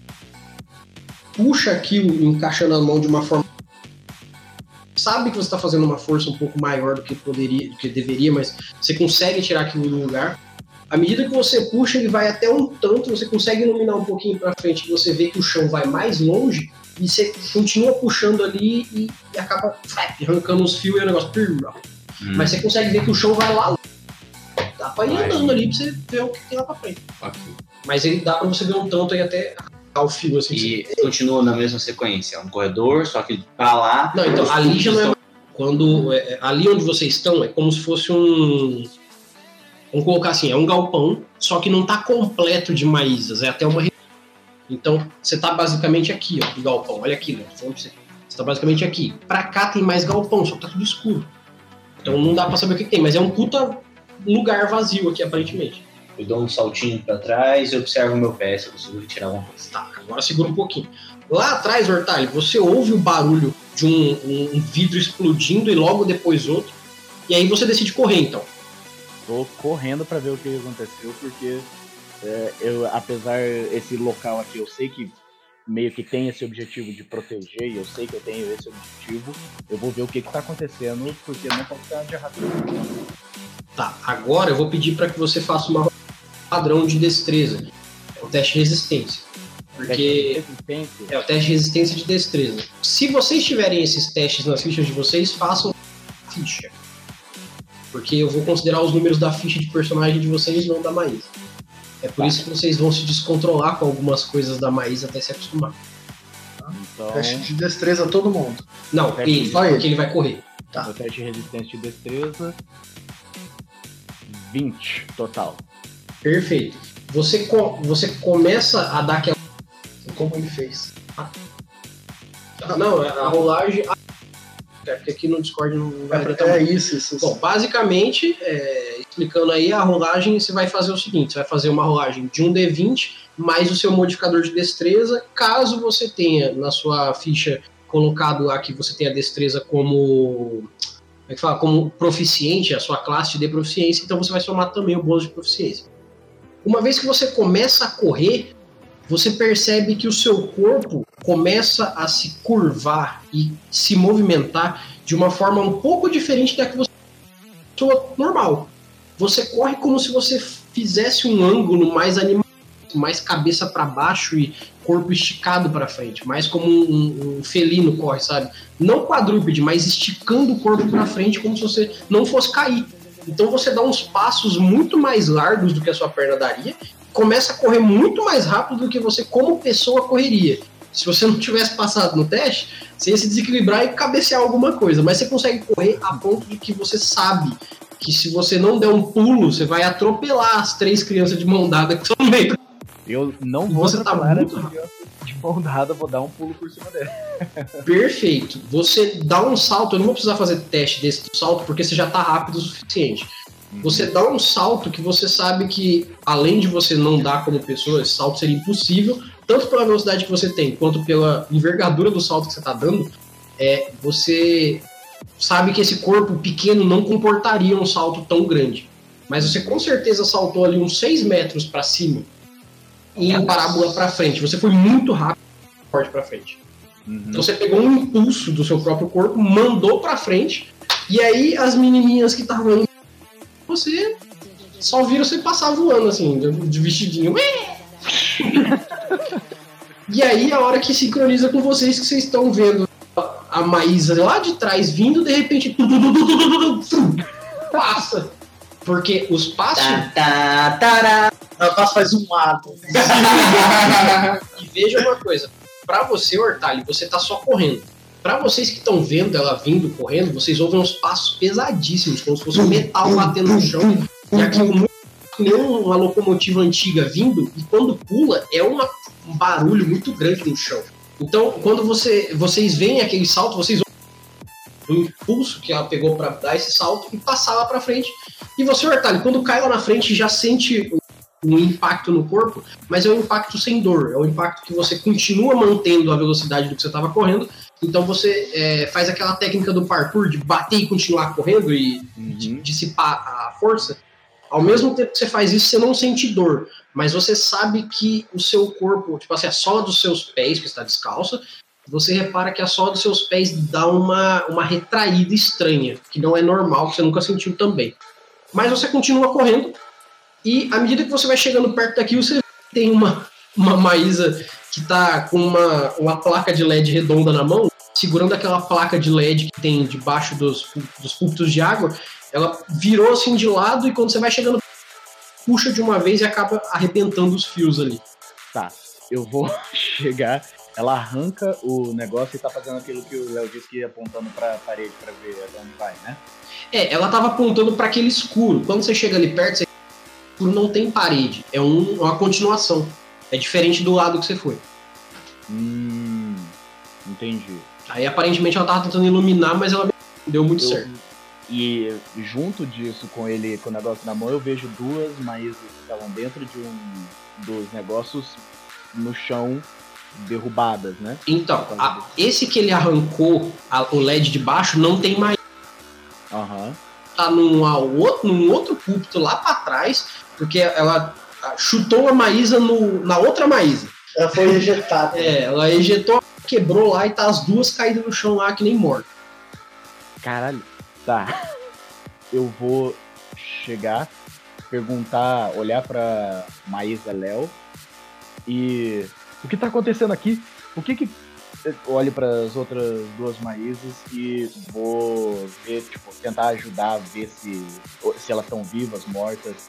puxa aquilo encaixando a mão de uma forma... Sabe que você está fazendo uma força um pouco maior do que deveria, mas você consegue tirar aquilo do lugar. À medida que você puxa, ele vai até um tanto, você consegue iluminar um pouquinho para frente, você vê que o chão vai mais longe, e você continua puxando ali e acaba arrancando os fios e o negócio... Mas você consegue ver que o chão vai lá. Dá pra ir andando ali pra você ver o que tem lá pra frente. Okay. Mas ele dá pra você ver um tanto aí até arrancar o fio, assim. E continua na mesma sequência, um corredor, só que pra lá... Não, então, ali já não é... ali onde vocês estão, é como se fosse um... Vamos colocar assim, é um galpão, só que não tá completo de maízas, é até uma... Então, você tá basicamente aqui, ó, do galpão. Olha aqui, né? Você tá basicamente aqui. Pra cá tem mais galpão, só que tá tudo escuro. Então não dá pra saber o que tem, mas é um puta lugar vazio aqui, aparentemente. Eu dou um saltinho pra trás e observo o meu pé, se eu consigo retirar alguma coisa. Tá, agora segura um pouquinho. Lá atrás, Hortali, você ouve o barulho de um vidro explodindo e logo depois outro. E aí você decide correr, então. Tô correndo pra ver o que aconteceu, porque apesar esse local aqui, eu sei que meio que tem esse objetivo de proteger, e eu sei que eu tenho esse objetivo, eu vou ver o que tá acontecendo, porque não pode ter nada de errado. Tá, agora eu vou pedir para que você faça uma padrão de destreza. É o teste de resistência. Porque é o teste de resistência de destreza. Se vocês tiverem esses testes nas fichas de vocês, façam ficha. Porque eu vou considerar os números da ficha de personagem de vocês, não da Maísa. É por isso que vocês vão se descontrolar com algumas coisas da Maísa até se acostumar. Então, Teste de destreza todo mundo. Não, ele, porque ele vai correr. Tá. O teste de resistência de destreza, 20 total. Perfeito. Você começa a dar aquela... Como ele fez. Não, a rolagem... Porque aqui no Discord não vai apresentar muito. Isso. Bom, basicamente, explicando aí, a rolagem, você vai fazer o seguinte, você vai fazer uma rolagem de 1d20 mais o seu modificador de destreza, caso você tenha na sua ficha colocado lá que você tenha destreza como proficiente, a sua classe te dê proficiência, então você vai somar também o bônus de proficiência. Uma vez que você começa a correr, você percebe que o seu corpo começa a se curvar e se movimentar de uma forma um pouco diferente da que você normal. Você corre como se você fizesse um ângulo mais animado, mais cabeça para baixo e corpo esticado para frente, mais como um felino corre, sabe? Não quadrúpede, mas esticando o corpo para frente como se você não fosse cair. Então você dá uns passos muito mais largos do que a sua perna daria, começa a correr muito mais rápido do que você como pessoa correria. Se você não tivesse passado no teste, você ia se desequilibrar e cabecear alguma coisa, mas você consegue correr a ponto de que você sabe que se você não der um pulo, você vai atropelar as 3 crianças de mão dada que estão no meio. Eu não vou atropelar as crianças de mão dada, vou dar um pulo por cima dela. Perfeito. Você dá um salto, eu não vou precisar fazer teste desse salto, porque você já está rápido o suficiente. Você dá um salto que você sabe que, além de você não dar como pessoa, esse salto seria impossível, tanto pela velocidade que você tem, quanto pela envergadura do salto que você está dando, você sabe que esse corpo pequeno não comportaria um salto tão grande. Mas você com certeza saltou ali uns 6 metros para cima e em parábola para frente. Você foi muito rápido e forte para frente. Então você pegou um impulso do seu próprio corpo, mandou para frente, e aí as menininhas que estavam você só vira você passar voando, assim, de vestidinho. E aí, a hora que sincroniza com vocês, que vocês estão vendo a Maísa lá de trás vindo, de repente, passa. Porque os passos... Ela faz um lado. E veja uma coisa, pra você, Hortali, você tá só correndo. Pra vocês que estão vendo ela vindo, correndo, vocês ouvem uns passos pesadíssimos, como se fosse um metal batendo no chão. E aqui, nem uma locomotiva antiga vindo, e quando pula, é um barulho muito grande no chão. Então, quando vocês veem aquele salto, vocês ouvem o impulso que ela pegou pra dar esse salto e passar lá pra frente. E você, Hortali, quando cai lá na frente, já sente um impacto no corpo, mas é um impacto sem dor, é um impacto que você continua mantendo a velocidade do que você estava correndo, então você faz aquela técnica do parkour de bater e continuar correndo e dissipar a força. Ao mesmo tempo que você faz isso, você não sente dor, mas você sabe que o seu corpo, tipo assim, a sola dos seus pés, que está descalça, você repara que a sola dos seus pés dá uma retraída estranha, que não é normal, que você nunca sentiu também. Mas você continua correndo, e à medida que você vai chegando perto daqui, você tem uma Maísa que tá com uma placa de LED redonda na mão, segurando aquela placa de LED que tem debaixo dos púlpitos de água. Ela virou assim de lado e quando você vai chegando, puxa de uma vez e acaba arrebentando os fios ali. Tá, eu vou chegar, ela arranca o negócio e tá fazendo aquilo que o Léo disse que ia apontando pra parede pra ver onde vai, né? Ela tava apontando pra aquele escuro. Quando você chega ali perto, não tem parede, é uma continuação. É diferente do lado que você foi. Entendi. Aí aparentemente ela tava tentando iluminar, mas ela não deu muito certo. E junto disso, com o negócio na mão, eu vejo 2 Maísas que estavam dentro de dos negócios no chão, derrubadas, né? Então, esse que ele arrancou, o LED de baixo, não tem mais. Tá num outro púlpito lá pra trás, porque ela chutou a Maísa na outra Maísa. Ela foi ejetada. Ela ejetou, quebrou lá e tá as duas caídas no chão lá que nem morta. Caralho. Tá. Eu vou chegar, perguntar, olhar pra Maísa Léo e... O que tá acontecendo aqui? O que olho para as outras duas Maísas e vou ver, tipo, tentar ajudar a ver se elas estão vivas, mortas.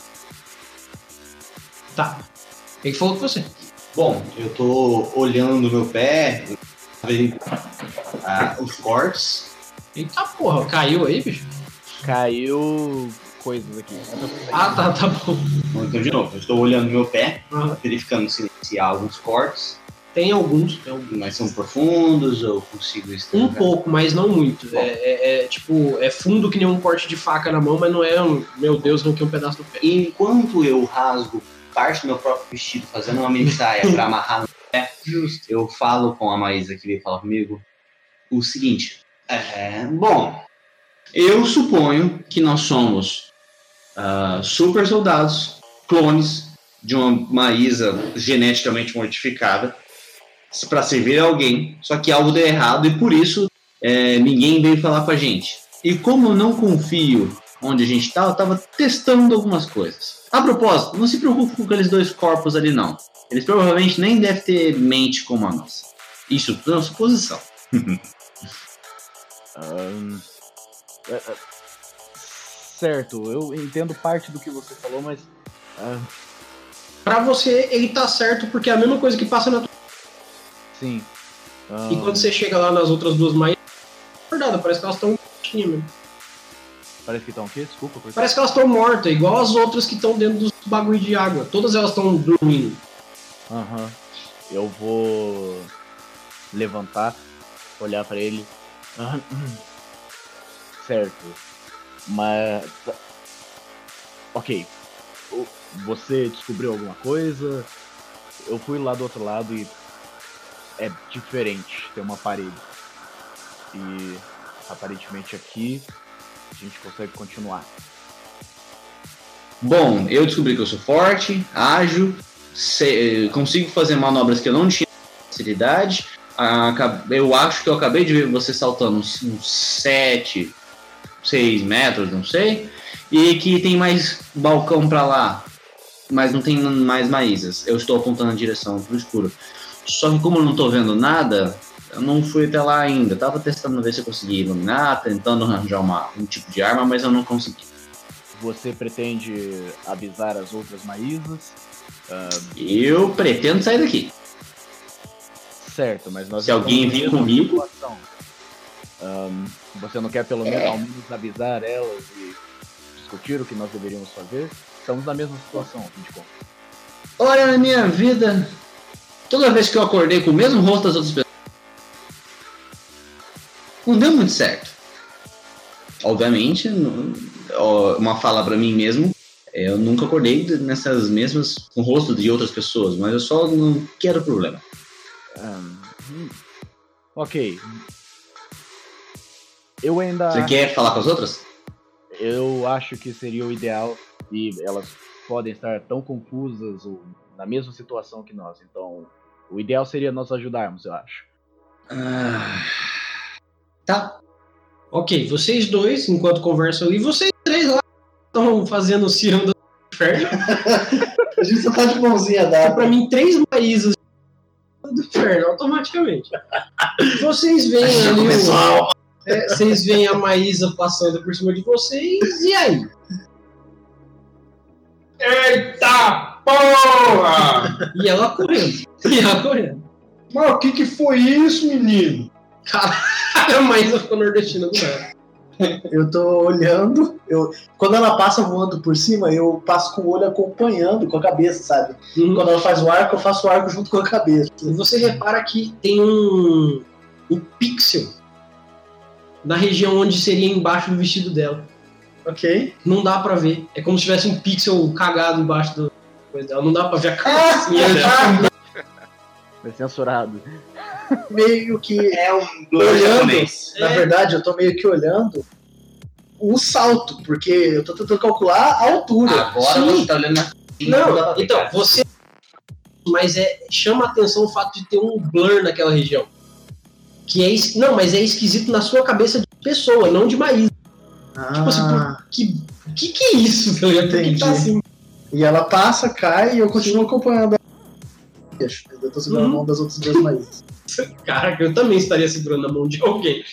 Tá. Quem falou com você? Bom, eu tô olhando meu pé, vendo os cortes. Eita porra, caiu aí, bicho? Caiu coisas aqui. Tá bom. Então, de novo, eu estou olhando meu pé, verificando se há alguns cortes. Tem alguns. Mas são profundos, eu consigo extrair? Um pouco, mas não muito. Tipo, é fundo que nem um corte de faca na mão, mas não é meu Deus, não que um pedaço do pé. Enquanto eu rasgo parte do meu próprio vestido, fazendo uma mini saia pra amarrar no pé, eu falo com a Maísa que veio falar comigo o seguinte. Bom, eu suponho que nós somos super soldados, clones de uma Maísa geneticamente modificada, para servir a alguém, só que algo deu errado e por isso ninguém veio falar com a gente. E como eu não confio onde a gente tá, eu tava testando algumas coisas. A propósito, não se preocupe com aqueles dois corpos ali não. Eles provavelmente nem devem ter mente como a nossa. Isso tudo é uma suposição. Certo, eu entendo parte do que você falou, mas... Pra você, ele tá certo porque é a mesma coisa que passa na tua... Sim. E quando você chega lá nas outras duas Maísas, verdade, parece que elas estão mesmo. Parece que estão o quê? Desculpa. Parece que elas estão mortas, igual as outras que estão dentro dos bagulho de água. Todas elas estão dormindo. Eu vou levantar, olhar pra ele. Certo. Mas... Ok. Você descobriu alguma coisa? Eu fui lá do outro lado e... É diferente, tem uma parede. E aparentemente aqui a gente consegue continuar. Bom, eu descobri que eu sou forte, ágil, consigo fazer manobras que eu não tinha facilidade. Eu acho que eu acabei de ver você saltando uns 7, 6 metros, não sei. E que tem mais balcão pra lá, mas não tem mais Maísas. Eu estou apontando a direção pro escuro. Só que como eu não tô vendo nada, eu não fui até lá ainda. Tava testando ver se eu conseguia iluminar, tentando arranjar um tipo de arma, mas eu não consegui. Você pretende avisar as outras Maísas? Eu pretendo sair daqui. Certo, mas nós... Se alguém vir comigo... Você não quer pelo menos, ao menos avisar elas e discutir o que nós deveríamos fazer? Estamos na mesma situação, a gente conta. Olha, na minha vida... Toda vez que eu acordei com o mesmo rosto das outras pessoas, não deu muito certo. Obviamente, uma fala pra mim mesmo, eu nunca acordei nessas mesmas, com o rosto de outras pessoas, mas eu só não quero problema. Ok. Eu ainda... Você quer falar com as outras? Eu acho que seria o ideal e elas podem estar tão confusas ou na mesma situação que nós, então... O ideal seria nós ajudarmos, eu acho. Tá. Ok, vocês dois, enquanto conversam ali, vocês três lá estão fazendo o ciranda do inferno. A gente só tá de mãozinha dada. Pra mim, 3 Maísas do inferno, automaticamente. Vocês veem ali vocês veem a Maísa passando por cima de vocês, e aí? Eita porra! E ela correndo. Mas o que foi isso, menino? Caralho, a Maísa ficou nordestina do nada. Eu tô olhando, quando ela passa voando por cima, eu passo com o olho acompanhando com a cabeça, sabe? Quando ela faz o arco, eu faço o arco junto com a cabeça. E você repara que tem um pixel na região onde seria embaixo do vestido dela. Ok. Não dá pra ver. É como se tivesse um pixel cagado embaixo da coisa dela. Não dá pra ver a cabecinha dela. Foi censurado. Meio que olhando. Na verdade, eu tô meio que olhando o salto, porque eu tô tentando calcular a altura. Agora você tá olhando Não, então, você... Mas chama a atenção o fato de ter um blur naquela região. Não, mas é esquisito na sua cabeça de pessoa, não de Maísa. Tipo assim, que é isso, tá ligado? Por que tá assim? E ela passa, cai e eu continuo acompanhando ela. Eu tô segurando a mão das outras duas Maísas. Caraca, eu também estaria segurando a mão de alguém.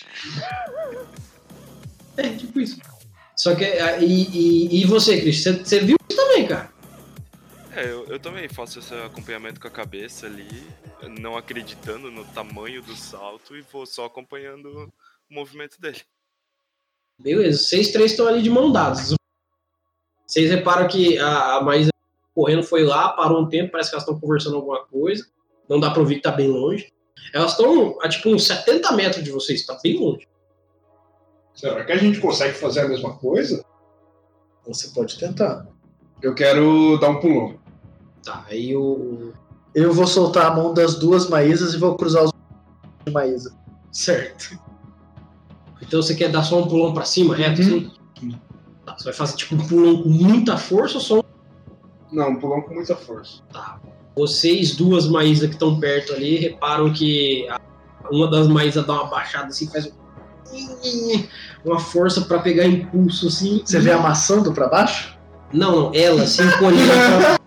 É, tipo isso. Só que, e você, Cris, você viu isso também, cara? Eu também faço esse acompanhamento com a cabeça ali, não acreditando no tamanho do salto e vou só acompanhando o movimento dele. Beleza, vocês três estão ali de mão dadas. Vocês reparam que a Maísa correndo foi lá, parou um tempo, parece que elas estão conversando alguma coisa. Não dá pra ouvir que tá bem longe. Elas estão a tipo uns 70 metros de vocês, tá bem longe. Será que a gente consegue fazer a mesma coisa? Você pode tentar. Eu quero dar um pulão. Tá, aí eu vou soltar a mão das duas Maísas e vou cruzar os de Maísa. Certo. Então você quer dar só um pulão pra cima, reto? Assim? Tá, você vai fazer tipo um pulão com muita força ou só um... Não, um pulão com muita força. Tá. Vocês duas Maísas que estão perto ali reparam que uma das Maísas dá uma baixada assim, faz uma força pra pegar impulso assim. Você vê amassando pra baixo? Não, ela se encolheu pra...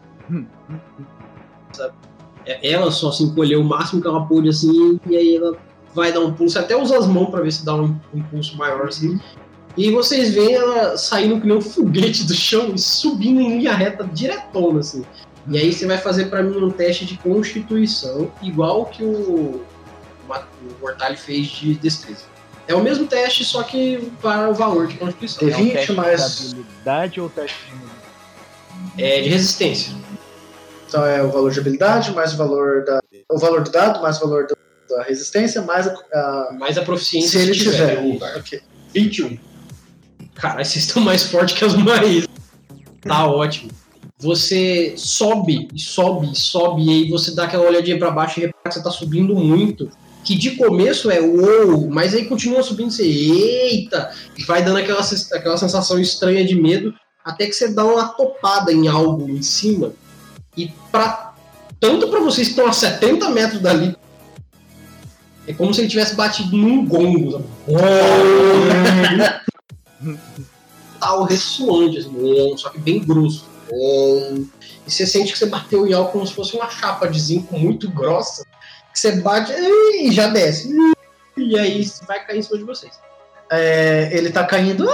Ela só se encolheu o máximo que ela pôde assim, e aí ela vai dar um pulso, até usa as mãos pra ver se dá um impulso maior assim. E vocês veem ela saindo que nem um foguete do chão e subindo em linha reta diretona assim. E aí você vai fazer pra mim um teste de constituição, igual que o Mortale fez de destreza. É o mesmo teste, só que para o valor de constituição. É um teste mais... de habilidade ou teste de resistência. Então é o valor de habilidade, mais o valor do dado, mais o valor da resistência, mais a proficiência se ele tiver. Okay. 21. Caralho, vocês estão mais fortes que as Maísas. Tá ótimo. Você sobe, e aí você dá aquela olhadinha pra baixo e repara que você tá subindo muito. Que de começo é uou, mas aí continua subindo, você eita, vai dando aquela sensação estranha de medo, até que você dá uma topada em algo em cima. E tanto pra vocês que estão a 70 metros dali, é como se ele tivesse batido num gongo. Tal ressoante, assim, só que bem grosso. E você sente que você bateu em algo como se fosse uma chapa de zinco muito grossa, que você bate e já desce. E aí vai cair em cima de vocês. Ele tá caindo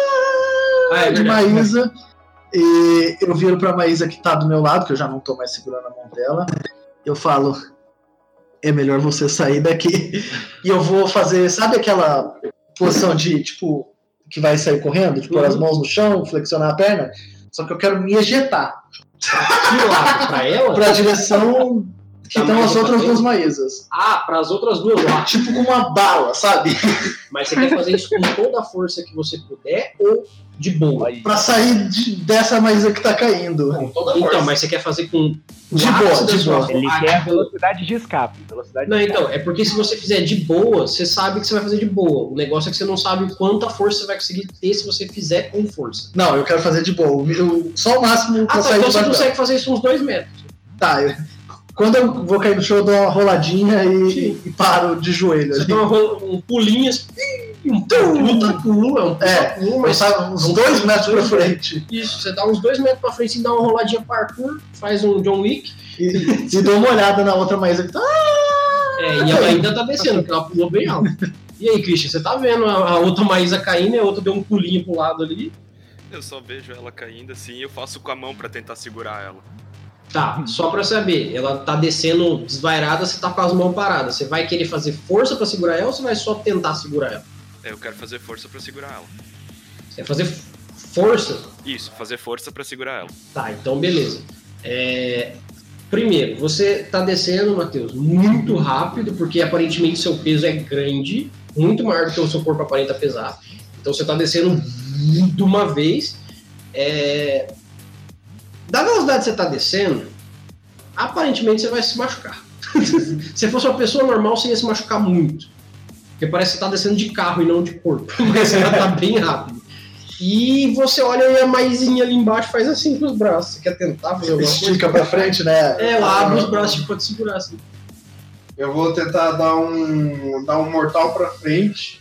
de Maísa. E eu viro pra Maísa que tá do meu lado, que eu já não tô mais segurando a mão dela. Eu falo, é melhor você sair daqui. E eu vou fazer, sabe aquela posição de, tipo, que vai sair correndo? Tipo, pôr as mãos no chão, flexionar a perna? Só que eu quero me ejetar. Que lado? Pra ela? Pra direção que estão as outras duas Maísas. Para as outras duas lá. Tipo com uma bala, sabe? Mas você quer fazer isso com toda a força que você puder ou de boa? Pra sair dessa Maísa que tá caindo. Com toda a força. Então, mas você quer fazer com... De boa. Ele quer a velocidade de escape. Então, é porque se você fizer de boa, você sabe que você vai fazer de boa. O negócio é que você não sabe quanta força você vai conseguir ter se você fizer com força. Não, eu quero fazer de boa. Só o máximo pra sair então você consegue fazer isso uns 2 metros. Tá, quando eu vou cair no chão, eu dou uma roladinha e paro de joelho. Você dá um pulinho assim, um puta pulo, mas sabe, uns 2 metros pra frente. Isso, você dá uns 2 metros pra frente e dá uma roladinha parkour, faz um John Wick. E dou uma olhada na outra Maísa que tá... e ela ainda tá descendo, porque ela pulou bem alto. E aí, Christian, você tá vendo a outra Maísa caindo e a outra deu um pulinho pro lado ali? Eu só vejo ela caindo assim e eu faço com a mão pra tentar segurar ela. Tá, só pra saber, ela tá descendo desvairada, você tá com as mãos paradas. Você vai querer fazer força pra segurar ela ou você vai só tentar segurar ela? Eu quero fazer força pra segurar ela. Você quer fazer força? Isso, fazer força pra segurar ela. Tá, então beleza. Primeiro, você tá descendo, Matheus, muito rápido, porque aparentemente seu peso é grande, muito maior do que o seu corpo aparenta pesar. Então você tá descendo de uma vez. Da velocidade que você tá descendo, aparentemente você vai se machucar. Se fosse uma pessoa normal, você ia se machucar muito. Porque parece que você tá descendo de carro e não de corpo. Mas você tá bem rápido. E você olha e a Maisinha ali embaixo faz assim com os braços. Você quer tentar fazer alguma coisa? Estica pra frente, né? Ela abre os braços tipo, pra te segurar assim. Eu vou tentar dar um mortal pra frente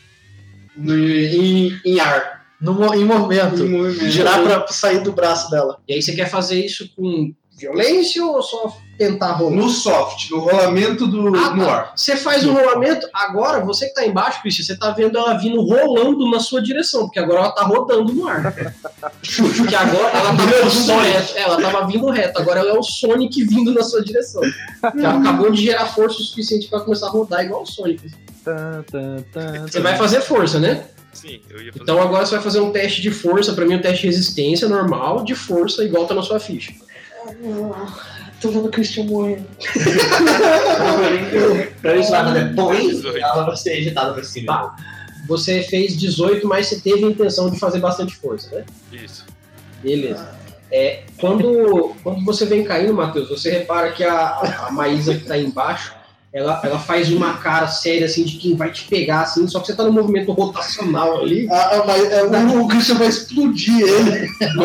em ar. Em movimento. Em movimento. Girar pra sair do braço dela. E aí você quer fazer isso com violência ou só tentar rolar? No soft, no rolamento no ar. Você faz o rolamento, agora você que tá embaixo, Christian, você tá vendo ela vindo rolando na sua direção, porque agora ela tá rodando no ar. Porque agora ela tava vindo reto. Ela tava vindo reto, agora ela é o Sonic vindo na sua direção. Ela acabou de gerar força o suficiente pra começar a rodar igual o Sonic. Você vai fazer força, né? Sim, eu ia fazer. Então agora você vai fazer um teste de força, pra mim um teste de resistência normal, de força, igual tá na sua ficha. Tô vendo o Christian morrendo. Pra isso vai fazer põe, 18. ela vai ser ejetada pra cima. Tá. Você fez 18, mas você teve a intenção de fazer bastante força, né? Isso. Beleza. Quando você vem caindo, Matheus, você repara que a Maísa que tá embaixo, ela faz uma cara séria, assim, de quem vai te pegar, assim, só que você tá no movimento rotacional ali. O Christian vai explodir ele.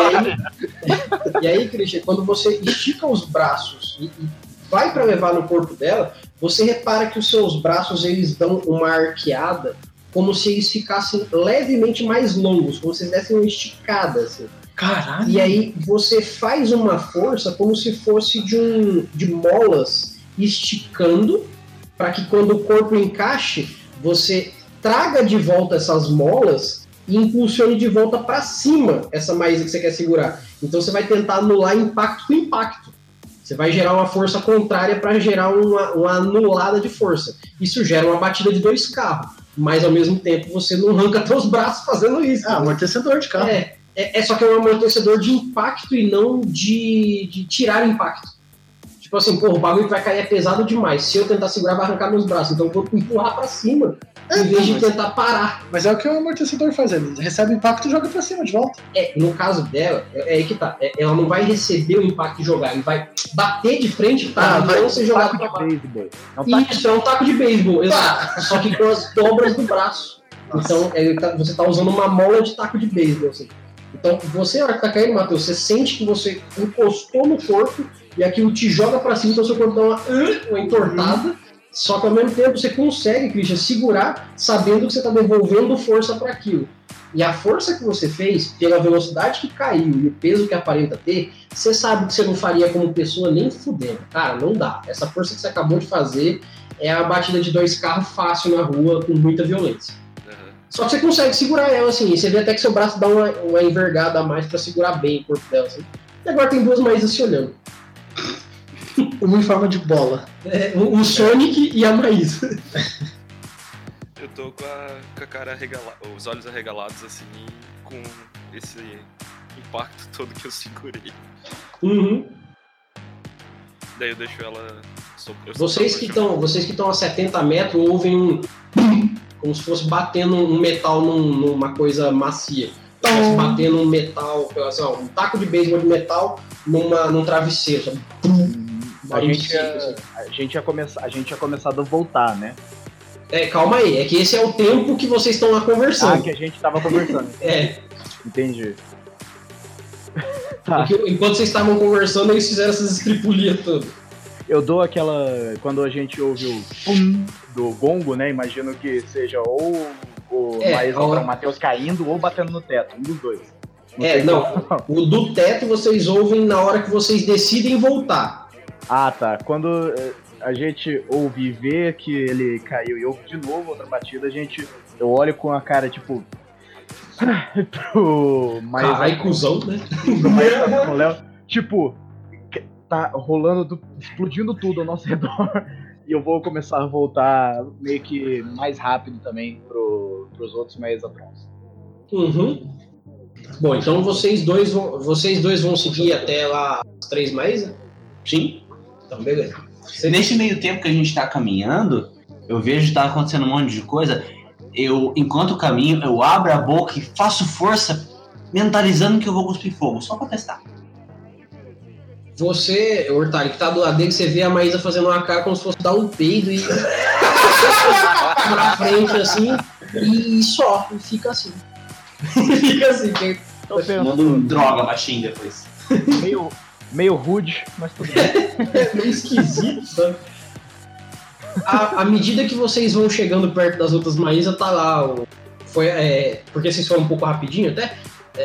E aí, Christian, quando você estica os braços e vai pra levar no corpo dela, você repara que os seus braços, eles dão uma arqueada, como se eles ficassem levemente mais longos, como se eles dessem uma esticada, assim. Caralho. E aí você faz uma força como se fosse de molas esticando, para que quando o corpo encaixe, você traga de volta essas molas e impulsione de volta para cima essa maísa que você quer segurar. Então você vai tentar anular impacto com impacto. Você vai gerar uma força contrária para gerar uma anulada de força. Isso gera uma batida de 2 carros, mas ao mesmo tempo você não arranca seus braços fazendo isso. Amortecedor de carro. Só que é um amortecedor de impacto e não de tirar impacto. Tipo assim, o bagulho que vai cair é pesado demais. Se eu tentar segurar, vai arrancar meus braços. Então eu vou empurrar pra cima, em vez de tentar parar. Mas é o que o amortecedor faz, ele recebe impacto e joga pra cima de volta. No caso dela, é aí que tá. Ela não vai receber o impacto e jogar, ele vai bater de frente para não ser jogado pra baixo. Isso, é um taco de beisebol, exato. Só que com as dobras do braço. Então, você tá usando uma mola de taco de beisebol, assim. Então, você, na hora que tá caindo, Matheus, você sente que você encostou no corpo e aquilo te joga pra cima, então seu corpo dá uma entortada, só que ao mesmo tempo você consegue, Christian, segurar, sabendo que você tá devolvendo força para aquilo. E a força que você fez, pela velocidade que caiu e o peso que aparenta ter, você sabe que você não faria como pessoa nem fudendo. Cara, não dá. Essa força que você acabou de fazer é a batida de 2 carros fácil na rua, com muita violência. Só que você consegue segurar ela, assim, e você vê até que seu braço dá uma envergada a mais pra segurar bem o corpo dela, assim. E agora tem 2 maísas se olhando. Uma em forma de bola. O Sonic e a Maísa. Eu tô com a cara arregalada, os olhos arregalados, assim, com esse impacto todo que eu segurei. Uhum. Daí eu deixo ela... Vocês que estão a 70 metros ouvem um... como se fosse batendo um metal numa coisa macia. Como se fosse batendo um metal, assim, um taco de beisebol de metal num travesseiro. Sabe? A gente tinha começado a voltar, né? Calma aí, é que esse é o tempo que vocês estão lá conversando. Que a gente tava conversando. Entendi. Tá. Enquanto vocês estavam conversando, eles fizeram essas estripulias todas. Eu dou aquela... Quando a gente ouve o pum do gongo, né? Imagino que seja ou o Matheus caindo ou batendo no teto, um dos dois. O do teto vocês ouvem na hora que vocês decidem voltar. Ah, tá. Quando a gente ouve e vê que ele caiu e ouve de novo outra batida, eu olho com a cara, tipo... Caralho, cuzão, né? Pro Léo, tipo... Tá rolando, explodindo tudo ao nosso redor. E eu vou começar a voltar meio que mais rápido também pros outros Maisatrons. Uhum. Bom, então vocês dois vão seguir até lá as 3 Maísa? Sim. Então, beleza. Nesse meio tempo que a gente tá caminhando, eu vejo que tá acontecendo um monte de coisa. Enquanto caminho, eu abro a boca e faço força, mentalizando que eu vou cuspir fogo, só pra testar. Você, Hortário, que tá do lado dele, você vê a Maísa fazendo uma cara como se fosse dar um peido e pra frente, assim, e só, e fica assim. Fica assim, que Tô pensando, Manda um droga baixinho depois. meio rude, mas tudo bem. é meio esquisito, sabe? À medida que vocês vão chegando perto das outras Maísa, tá lá. Porque vocês foram um pouco rapidinho até.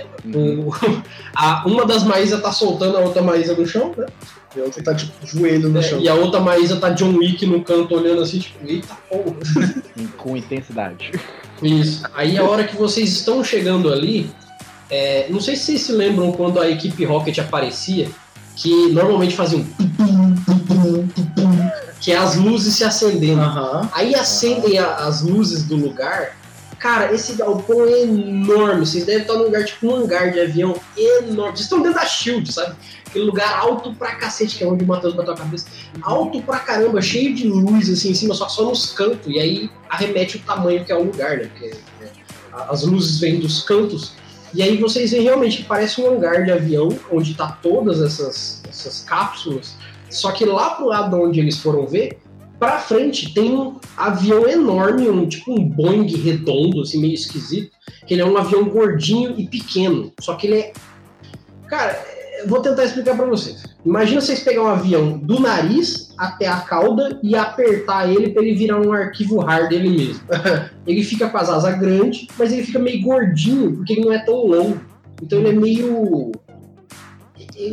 Uma das Maísa tá soltando a outra Maísa no chão, né? E a outra tá tipo joelho no chão. E a outra Maísa tá John Wick no canto olhando assim, tipo, eita porra. Com intensidade. Isso. Aí a hora que vocês estão chegando ali, não sei se vocês se lembram quando a equipe Rocket aparecia, que normalmente fazia um que é as luzes se acendendo. Aí acendem as luzes do lugar. Cara, esse galpão é enorme. Vocês devem estar num lugar tipo um hangar de avião enorme. Vocês estão dentro da SHIELD, sabe? Aquele lugar alto pra cacete, que é onde o Matheus bateu a cabeça. Alto pra caramba, cheio de luz assim em cima, só nos cantos. E aí arremete o tamanho que é o lugar, né? Porque as luzes vêm dos cantos. E aí vocês veem realmente que parece um hangar de avião, onde tá todas essas cápsulas. Só que lá pro lado onde eles foram ver, pra frente tem um avião enorme, tipo um Boeing redondo, assim, meio esquisito. Que ele é um avião gordinho e pequeno. Só que ele é... Cara, eu vou tentar explicar pra vocês. Imagina vocês pegar um avião do nariz até a cauda e apertar ele pra ele virar um arquivo RAR dele mesmo. Ele fica com as asas grandes, mas ele fica meio gordinho, porque ele não é tão longo. Então ele é meio... Ele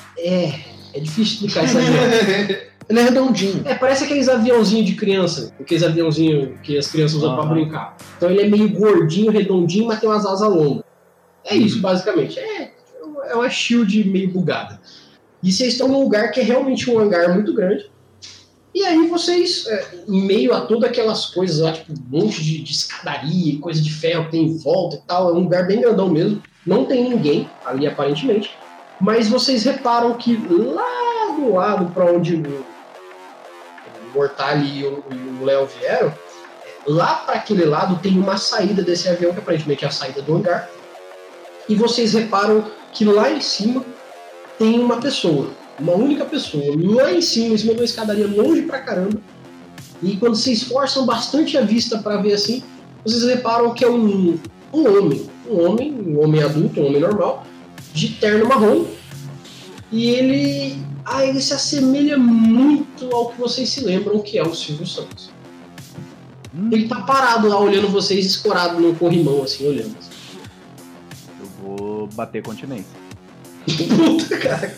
é difícil explicar esse avião. Ele é redondinho. Parece aqueles aviãozinhos de criança. Aqueles aviãozinhos que as crianças usam pra brincar. Então ele é meio gordinho, redondinho, mas tem umas asas longas. É isso, basicamente. É uma SHIELD meio bugada. E vocês estão num lugar que é realmente um hangar muito grande. E aí vocês, em meio a todas aquelas coisas lá, tipo um monte de escadaria, coisa de ferro que tem em volta e tal, é um lugar bem grandão mesmo. Não tem ninguém ali, aparentemente. Mas vocês reparam que lá do lado para onde o Mortali e o Léo vieram, lá para aquele lado tem uma saída desse avião, que aparentemente é a saída do hangar. E vocês reparam que lá em cima tem uma pessoa, uma única pessoa, lá em cima de uma escadaria longe pra caramba. E quando vocês forçam bastante a vista para ver assim, vocês reparam que é um homem adulto, um homem normal, de terno marrom. E ele se assemelha muito ao que vocês se lembram que é o Silvio Santos. Ele tá parado lá olhando vocês, escorado no corrimão, assim, olhando. Assim. Eu vou bater continência. Puta, cara.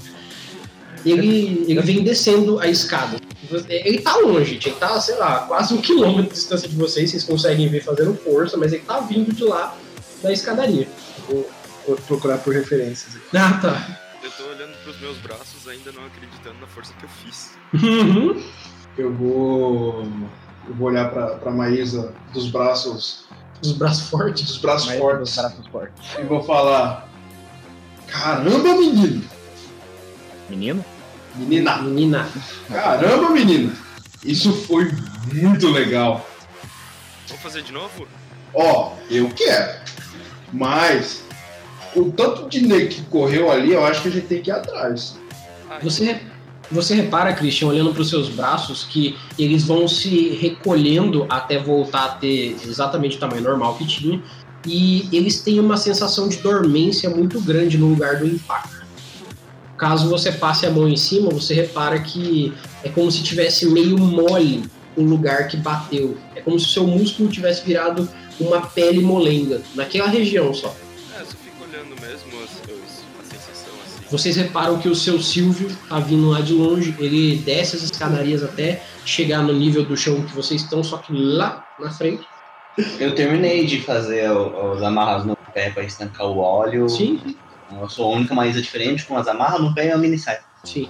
Ele vem descendo a escada. Ele tá longe, ele tá, sei lá, quase 1 quilômetro de distância de vocês conseguem ver fazendo força, mas ele tá vindo de lá da escadaria. Vou procurar por referências aqui. Ah, tá. Eu tô olhando pros meus braços, ainda não acreditando na força que eu fiz. Eu vou olhar pra Maísa dos braços Dos braços fortes. fortes. E vou falar: caramba, menino! Menino? Menina! Caramba, menina! Isso foi muito legal. Vamos fazer de novo? Eu quero. Mas o tanto de nego que correu ali, eu acho que a gente tem que ir atrás. Você repara, Christian, olhando para os seus braços, que eles vão se recolhendo até voltar a ter exatamente o tamanho normal que tinha, e eles têm uma sensação de dormência muito grande no lugar do impacto. Caso você passe a mão em cima, você repara que é como se tivesse meio mole o lugar que bateu. É como se o seu músculo tivesse virado uma pele molenga, naquela região só. Eu só fico olhando mesmo a sensação assim. Vocês reparam que o seu Silvio tá vindo lá de longe, ele desce as escadarias até chegar no nível do chão que vocês estão, só que lá na frente. Eu terminei de fazer os amarras no pé para estancar o óleo. Sim. Eu sou a única Maísa diferente, com as amarras no pé e a mini saia. Sim.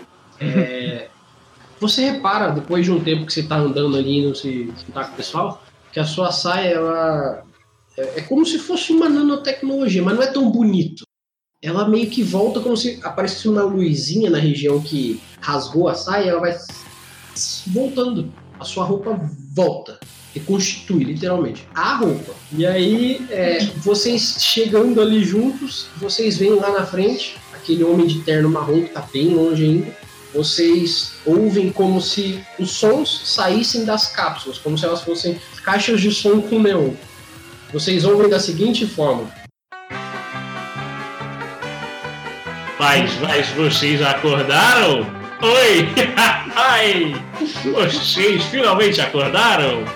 Você repara, depois de um tempo que você tá andando ali e não se tá com o pessoal, que a sua saia, ela é como se fosse uma nanotecnologia, mas não é tão bonito. Ela meio que volta como se aparecesse uma luzinha na região que rasgou a saia, ela vai voltando. A sua roupa volta. Reconstitui, literalmente, a roupa. E aí, vocês chegando ali juntos, vocês veem lá na frente aquele homem de terno marrom que tá bem longe ainda. Vocês ouvem como se os sons saíssem das cápsulas, como se elas fossem caixas de som com neon. Vocês ouvem da seguinte forma. Mas vocês acordaram? Oi! Ai! Vocês finalmente acordaram?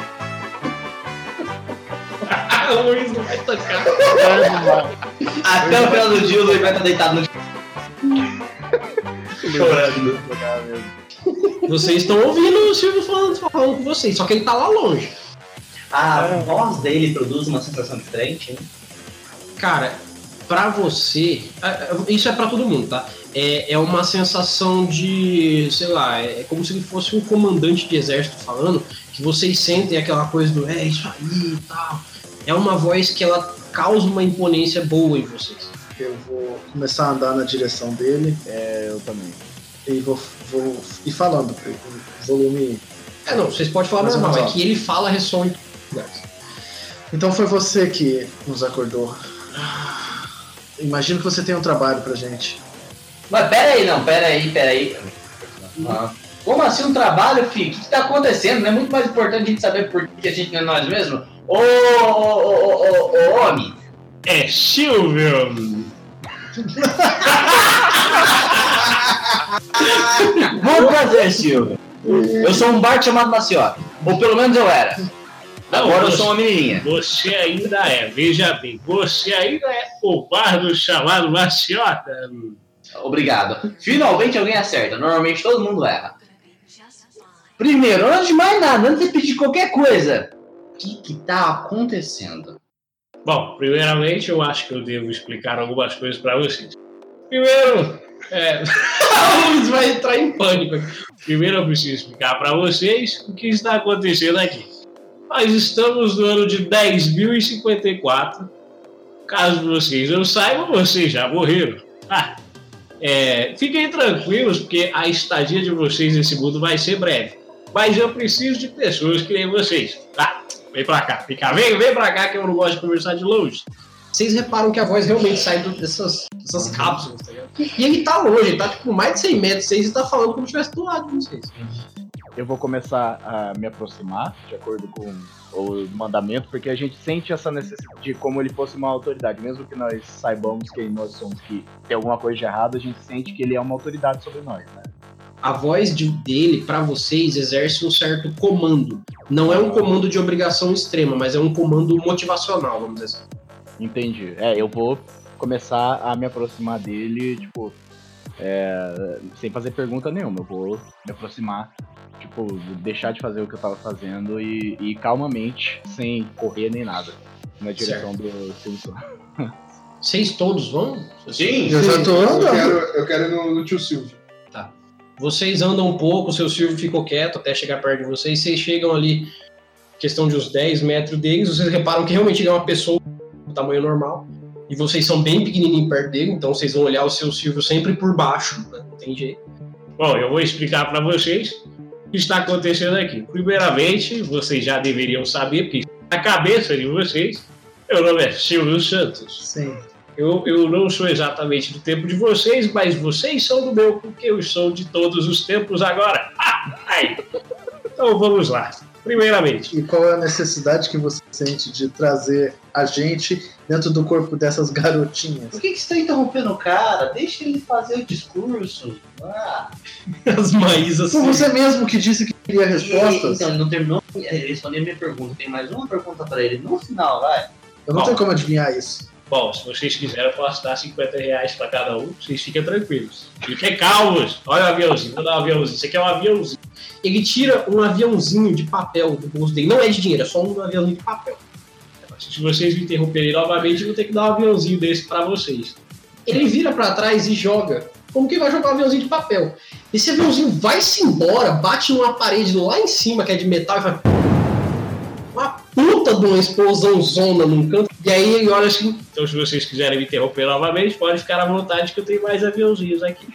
O Luiz não vai tocar. Até o final do dia o Luiz vai estar deitado no chão. Chorando. Vocês estão ouvindo o Silvio falando com vocês, só que ele tá lá longe. A voz dele produz uma sensação diferente, né? Cara, pra você, isso é pra todo mundo, tá? É uma sensação de, sei lá, é como se ele fosse um comandante de exército falando, que vocês sentem aquela coisa do isso aí e tal. É uma voz que ela causa uma imponência boa em vocês. Eu vou começar a andar na direção dele. Eu também. E vou ir falando, o volume. Não, vocês podem falar mais normal, alto. é que ele fala ressoa em todos os lugares. Então foi você que nos acordou. Imagino que você tem um trabalho pra gente. Mas peraí. Como assim um trabalho, filho? O que tá acontecendo? Não é muito mais importante a gente saber por que a gente não é nós mesmos? Ô, homem! É Silvio! Muito prazer, Silvio. Eu sou um bardo chamado Maciota. Ou pelo menos eu era. Agora eu sou uma menininha. Você ainda é, veja bem, você ainda é o bardo chamado Maciota. Obrigado. Finalmente alguém acerta. Normalmente todo mundo erra. Primeiro, antes de mais nada, antes de pedir qualquer coisa, o que tá acontecendo? Bom, primeiramente eu acho que eu devo explicar algumas coisas para vocês. Primeiro, O Luiz vai entrar em pânico aqui. Primeiro eu preciso explicar para vocês o que está acontecendo aqui. Nós estamos no ano de 10.054. Caso vocês não saibam, vocês já morreram. Fiquem tranquilos, porque a estadia de vocês nesse mundo vai ser breve. Mas eu preciso de pessoas que nem vocês. Vem pra cá, vem pra cá que eu não gosto de conversar de longe. Vocês reparam que a voz realmente sai dessas cápsulas, tá ligado? E ele tá longe, ele tá tipo mais de 100 metros, vocês tá falando como se estivesse do lado de vocês. Eu vou começar a me aproximar, de acordo com o mandamento, porque a gente sente essa necessidade de como ele fosse uma autoridade. Mesmo que nós saibamos quem nós somos, que tem alguma coisa de errado, a gente sente que ele é uma autoridade sobre nós, né? A voz dele, pra vocês, exerce um certo comando. Não é um comando de obrigação extrema, mas é um comando motivacional, vamos dizer assim. Entendi. Eu vou começar a me aproximar dele, tipo, sem fazer pergunta nenhuma. Eu vou me aproximar, tipo, deixar de fazer o que eu tava fazendo e ir calmamente, sem correr nem nada, na direção do Silvio. Vocês todos vão? Sim, Eu já tô andando. Eu quero ir no tio Silvio. Vocês andam um pouco, o seu Silvio ficou quieto até chegar perto de vocês. Vocês chegam ali, questão de uns 10 metros deles, vocês reparam que realmente é uma pessoa do tamanho normal. E vocês são bem pequenininhos perto dele, então vocês vão olhar o seu Silvio sempre por baixo, né? Não tem jeito. Bom, eu vou explicar para vocês o que está acontecendo aqui. Primeiramente, vocês já deveriam saber, porque na cabeça de vocês, meu nome é Silvio Santos. Sim. Eu não sou exatamente do tempo de vocês, mas vocês são do meu, porque eu sou de todos os tempos agora. Então vamos lá. Primeiramente. E qual é a necessidade que você sente de trazer a gente dentro do corpo dessas garotinhas? Por que você tá interrompendo o cara? Deixa ele fazer o discurso. As Maísas. Foi você mesmo que disse que queria respostas? Então, ele não terminou de responder a minha pergunta. Tem mais uma pergunta pra ele no final, vai. Eu não tenho como adivinhar isso. Bom, se vocês quiserem, eu posso dar R$50 para cada um. Vocês fiquem tranquilos. Fiquem calmos. Olha o aviãozinho. Vou dar um aviãozinho. Isso aqui é um aviãozinho. Ele tira um aviãozinho de papel do bolso dele. Não é de dinheiro, é só um aviãozinho de papel. Se vocês me interromperem novamente, eu vou ter que dar um aviãozinho desse para vocês. Ele vira pra trás e joga. Como que vai jogar um aviãozinho de papel? Esse aviãozinho vai-se embora, bate numa parede lá em cima, que é de metal, e faz uma puta de uma explosão zona num canto. E aí ele olha assim. Então, se vocês quiserem me interromper novamente, pode ficar à vontade que eu tenho mais aviãozinhos aqui.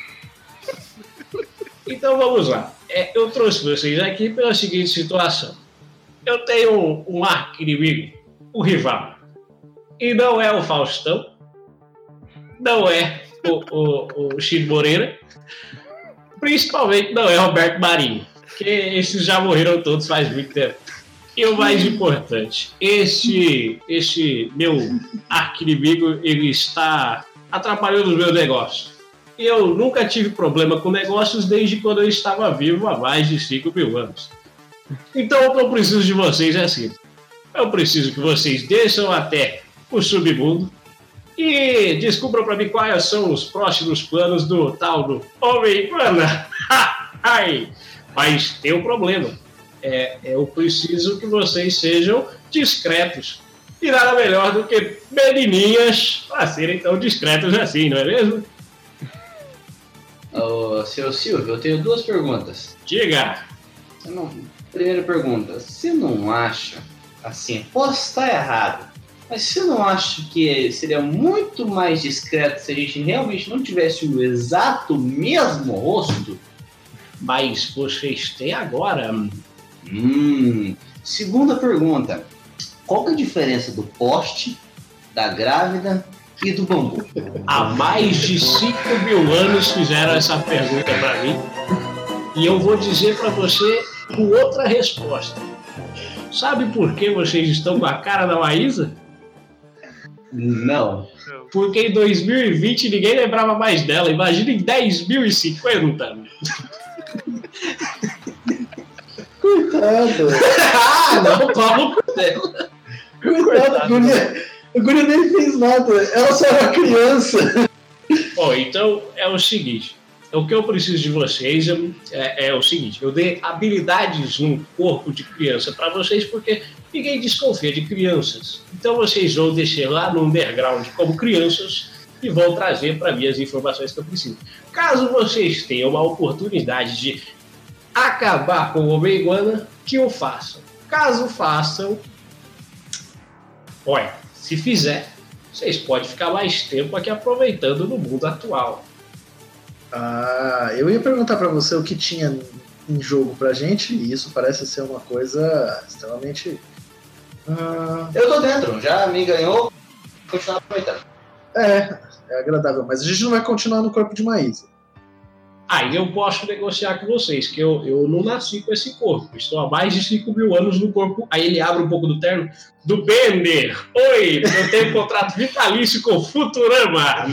Então, vamos lá. Eu trouxe vocês aqui pela seguinte situação. Eu tenho um arqui-inimigo, um rival. E não é o Faustão, não é o Chico Moreira, principalmente não é Roberto Marinho, porque esses já morreram todos faz muito tempo. E o mais importante, esse meu arqui-inimigo, ele está atrapalhando os meus negócios. E eu nunca tive problema com negócios desde quando eu estava vivo há mais de 5.000 anos. Então o que eu preciso de vocês é assim. Eu preciso que vocês desçam até o submundo e descubram para mim quais são os próximos planos do tal do Homem-Iguana. Mas tem um problema. Eu preciso que vocês sejam discretos. E nada melhor do que menininhas para serem tão discretos assim, não é mesmo? Seu Silvio, eu tenho 2 perguntas. Diga. Primeira pergunta, você não acha, assim, posso estar errado, mas você não acha que seria muito mais discreto se a gente realmente não tivesse o exato mesmo rosto? Mas vocês têm agora. Segunda pergunta, qual que é a diferença do poste, da grávida e do bambu? Há mais de 5.000 anos fizeram essa pergunta para mim e eu vou dizer para você com outra resposta. Sabe por que vocês estão com a cara da Maísa? Não. Porque em 2020 ninguém lembrava mais dela. Imagina em 10.050. Coitado. Não, Paulo dela. Coitado, a guria nem fez nada. Ela só era criança. Bom, então é o seguinte. O que eu preciso de vocês é o seguinte. Eu dei habilidades no corpo de criança para vocês porque ninguém desconfia de crianças. Então vocês vão descer lá no underground como crianças e vão trazer para mim as informações que eu preciso. Caso vocês tenham uma oportunidade de acabar com o Homem-Iguana, que o façam. Caso façam, olha, se fizer, vocês podem ficar mais tempo aqui aproveitando no mundo atual. Eu ia perguntar pra você o que tinha em jogo pra gente, e isso parece ser uma coisa extremamente... Eu tô dentro, já me ganhou, vou continuar aproveitando. É agradável, mas a gente não vai continuar no corpo de Maísa. Aí eu posso negociar com vocês, que eu não nasci com esse corpo. Estou há mais de 5.000 anos no corpo. Aí ele abre um pouco do terno. Do Bender! Oi, eu tenho contrato vitalício com o Futurama!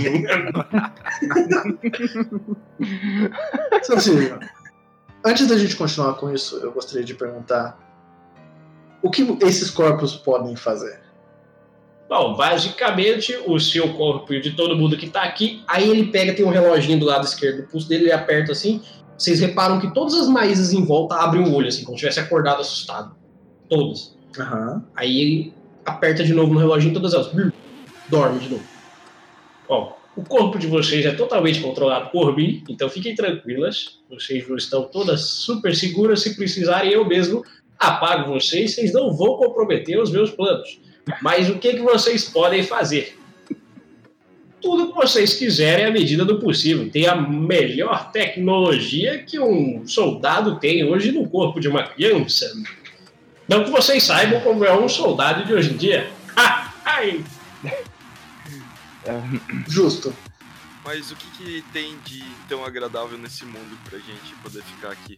Silvio, antes da gente continuar com isso, eu gostaria de perguntar o que esses corpos podem fazer? Bom, basicamente, o seu corpo e o de todo mundo que tá aqui, aí ele pega, tem um reloginho do lado esquerdo do pulso dele, ele aperta assim, vocês reparam que todas as Maísas em volta abrem o olho, assim, como se tivesse acordado assustado. Todas. Uhum. Aí ele aperta de novo no reloginho, todas elas dorme de novo. Bom, o corpo de vocês é totalmente controlado por mim, então fiquem tranquilas, vocês estão todas super seguras, se precisarem eu mesmo apago vocês não vão comprometer os meus planos. Mas o que vocês podem fazer? Tudo que vocês quiserem à medida do possível. Tem a melhor tecnologia que um soldado tem hoje no corpo de uma criança. Não que vocês saibam como é um soldado de hoje em dia. Justo. Mas o que tem de tão agradável nesse mundo pra gente poder ficar aqui?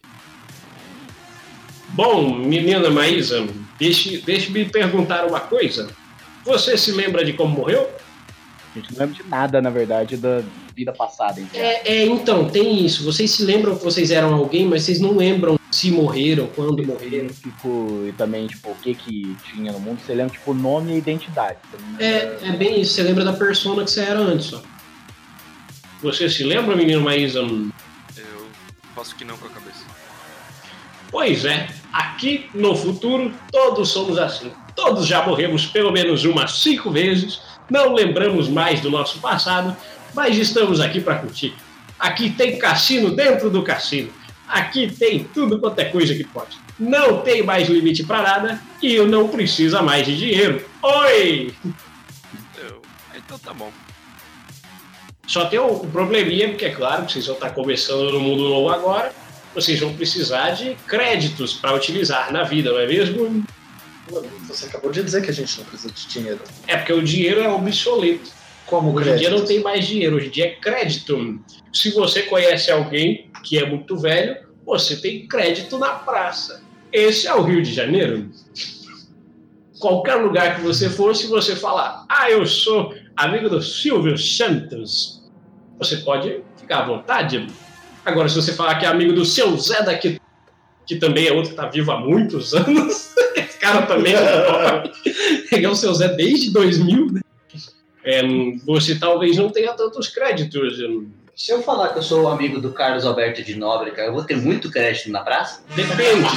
Bom, menina Maísa, deixe-me perguntar uma coisa. Você se lembra de como morreu? A gente não lembra de nada, na verdade, da vida passada. Então, tem isso. Vocês se lembram que vocês eram alguém, mas vocês não lembram se morreram, quando morreram. E também, tipo, o que tinha no mundo. Você lembra, tipo, o nome e a identidade. É bem isso. Você lembra da persona que você era antes, ó. Você se lembra, menino Maísa? Eu faço que não com a cabeça. Pois é, aqui no futuro todos somos assim. Todos já morremos pelo menos umas 5 vezes, não lembramos mais do nosso passado, mas estamos aqui para curtir. Aqui tem cassino dentro do cassino. Aqui tem tudo quanto é coisa que pode. Não tem mais limite para nada e eu não precisa mais de dinheiro. Oi! Então tá bom. Só tem um probleminha, porque é claro que vocês vão estar começando no mundo novo agora. Vocês vão precisar de créditos para utilizar na vida, não é mesmo? Você acabou de dizer que a gente não precisa de dinheiro. É porque o dinheiro é obsoleto. Como hoje em dia não tem mais dinheiro, hoje em dia é crédito. Se você conhece alguém que é muito velho, você tem crédito na praça. esse é o Rio de Janeiro. Qualquer lugar que você for, se você falar, eu sou amigo do Silvio Santos, você pode ficar à vontade. Agora, se você falar que é amigo do seu Zé daqui, que também é outro que está vivo há muitos anos, esse cara também é o seu Zé desde 2000, né? Você talvez não tenha tantos créditos. Se eu falar que eu sou amigo do Carlos Alberto de Nóbrega, eu vou ter muito crédito na praça? Depende.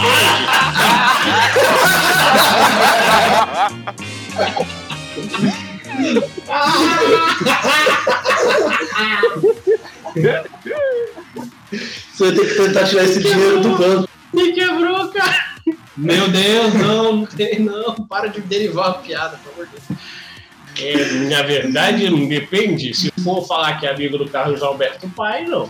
Você vai ter que tentar tirar esse dinheiro do banco. Me quebrou, cara. Meu Deus, não, para de derivar a piada, pelo amor de Deus. Na verdade, não depende. Se for falar que é amigo do Carlos Alberto Pai, não.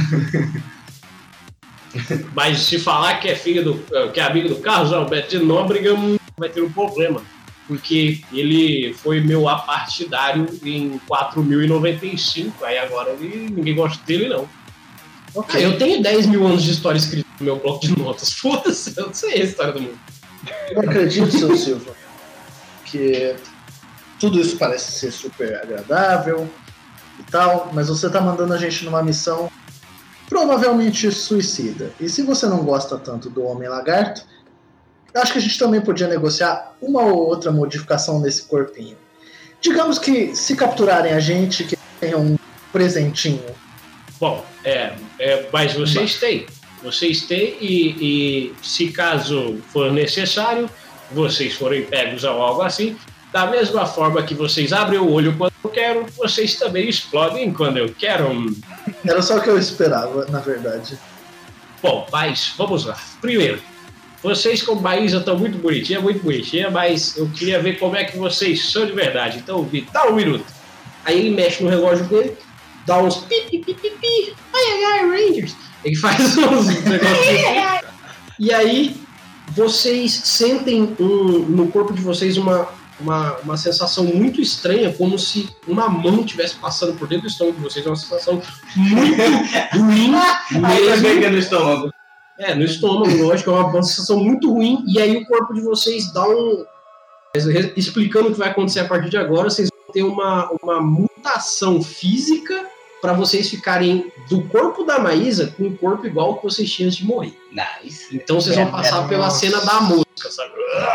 Mas se falar que é que é amigo do Carlos Alberto de Nóbrega, vai ter um problema. Porque ele foi meu apartidário em 4.095, aí agora ninguém gosta dele, não. Okay. Eu tenho 10 mil anos de história escrita no meu bloco de notas. Foda-se, eu não sei a história do mundo. Eu acredito, seu Silva, que tudo isso parece ser super agradável e tal, mas você tá mandando a gente numa missão provavelmente suicida. E se você não gosta tanto do Homem-Lagarto, acho que a gente também podia negociar uma ou outra modificação nesse corpinho. Digamos que se capturarem a gente, que tenha um presentinho. Bom, mas vocês têm. Vocês têm e se caso for necessário, vocês forem pegos ou algo assim, da mesma forma que vocês abrem o olho quando eu quero, vocês também explodem quando eu quero. Era só o que eu esperava, na verdade. Bom, mas vamos lá. Primeiro, vocês com Baísa estão muito bonitinha, mas eu queria ver como é que vocês são de verdade. Então, dá um minuto. Aí ele mexe no relógio dele, dá uns pi. Ai, Rangers. Ele faz uns negócios. E aí, vocês sentem no corpo de vocês uma sensação muito estranha, como se uma mão estivesse passando por dentro do estômago de vocês. É uma sensação muito ruim mesmo. No estômago. No estômago, lógico, é uma sensação muito ruim. E aí o corpo de vocês dá explicando o que vai acontecer a partir de agora, vocês vão ter uma mutação física para vocês ficarem do corpo da Maísa com um corpo igual ao que vocês tinham antes de morrer. Nice. Então vocês vão passar pela cena da música, sabe?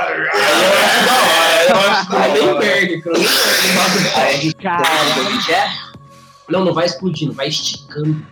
Não vai explodindo, vai esticando.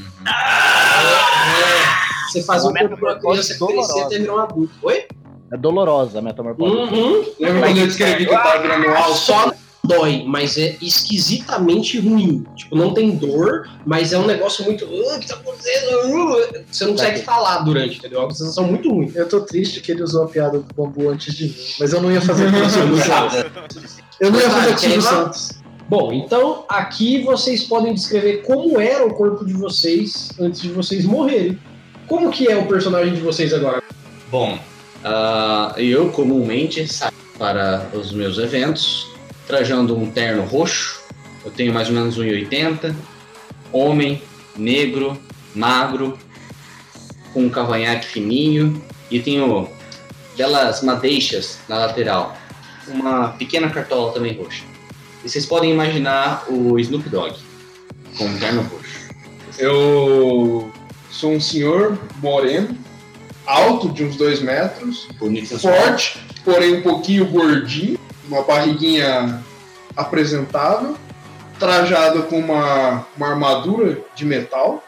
Você faz um corpo pra criança crescer até virar um adulto. Oi? É dolorosa a metamorfose. Lembra quando eu descrevi que eu tava virando alto? Só dói, mas é esquisitamente ruim. Tipo, não tem dor, mas é um negócio muito... O que tá acontecendo? Você não consegue falar durante, entendeu? É uma sensação muito ruim. Eu tô triste que ele usou a piada do bambu antes de mim, mas eu não ia fazer com o Silvio Santos. Eu não ia fazer com o Silvio Santos. Bom, então aqui vocês podem descrever como era o corpo de vocês antes de vocês morrerem. Como que é o personagem de vocês agora? Bom, eu comumente saio para os meus eventos trajando um terno roxo. Eu tenho mais ou menos 1,80, homem, negro, magro, com um cavanhaque fininho e tenho belas madeixas na lateral. Uma pequena cartola também roxa. E vocês podem imaginar o Snoop Dogg com um terno roxo. Eu sou um senhor moreno, alto de uns 2 metros, bonito, forte, porém um pouquinho gordinho, uma barriguinha apresentável, trajado com uma armadura de metal,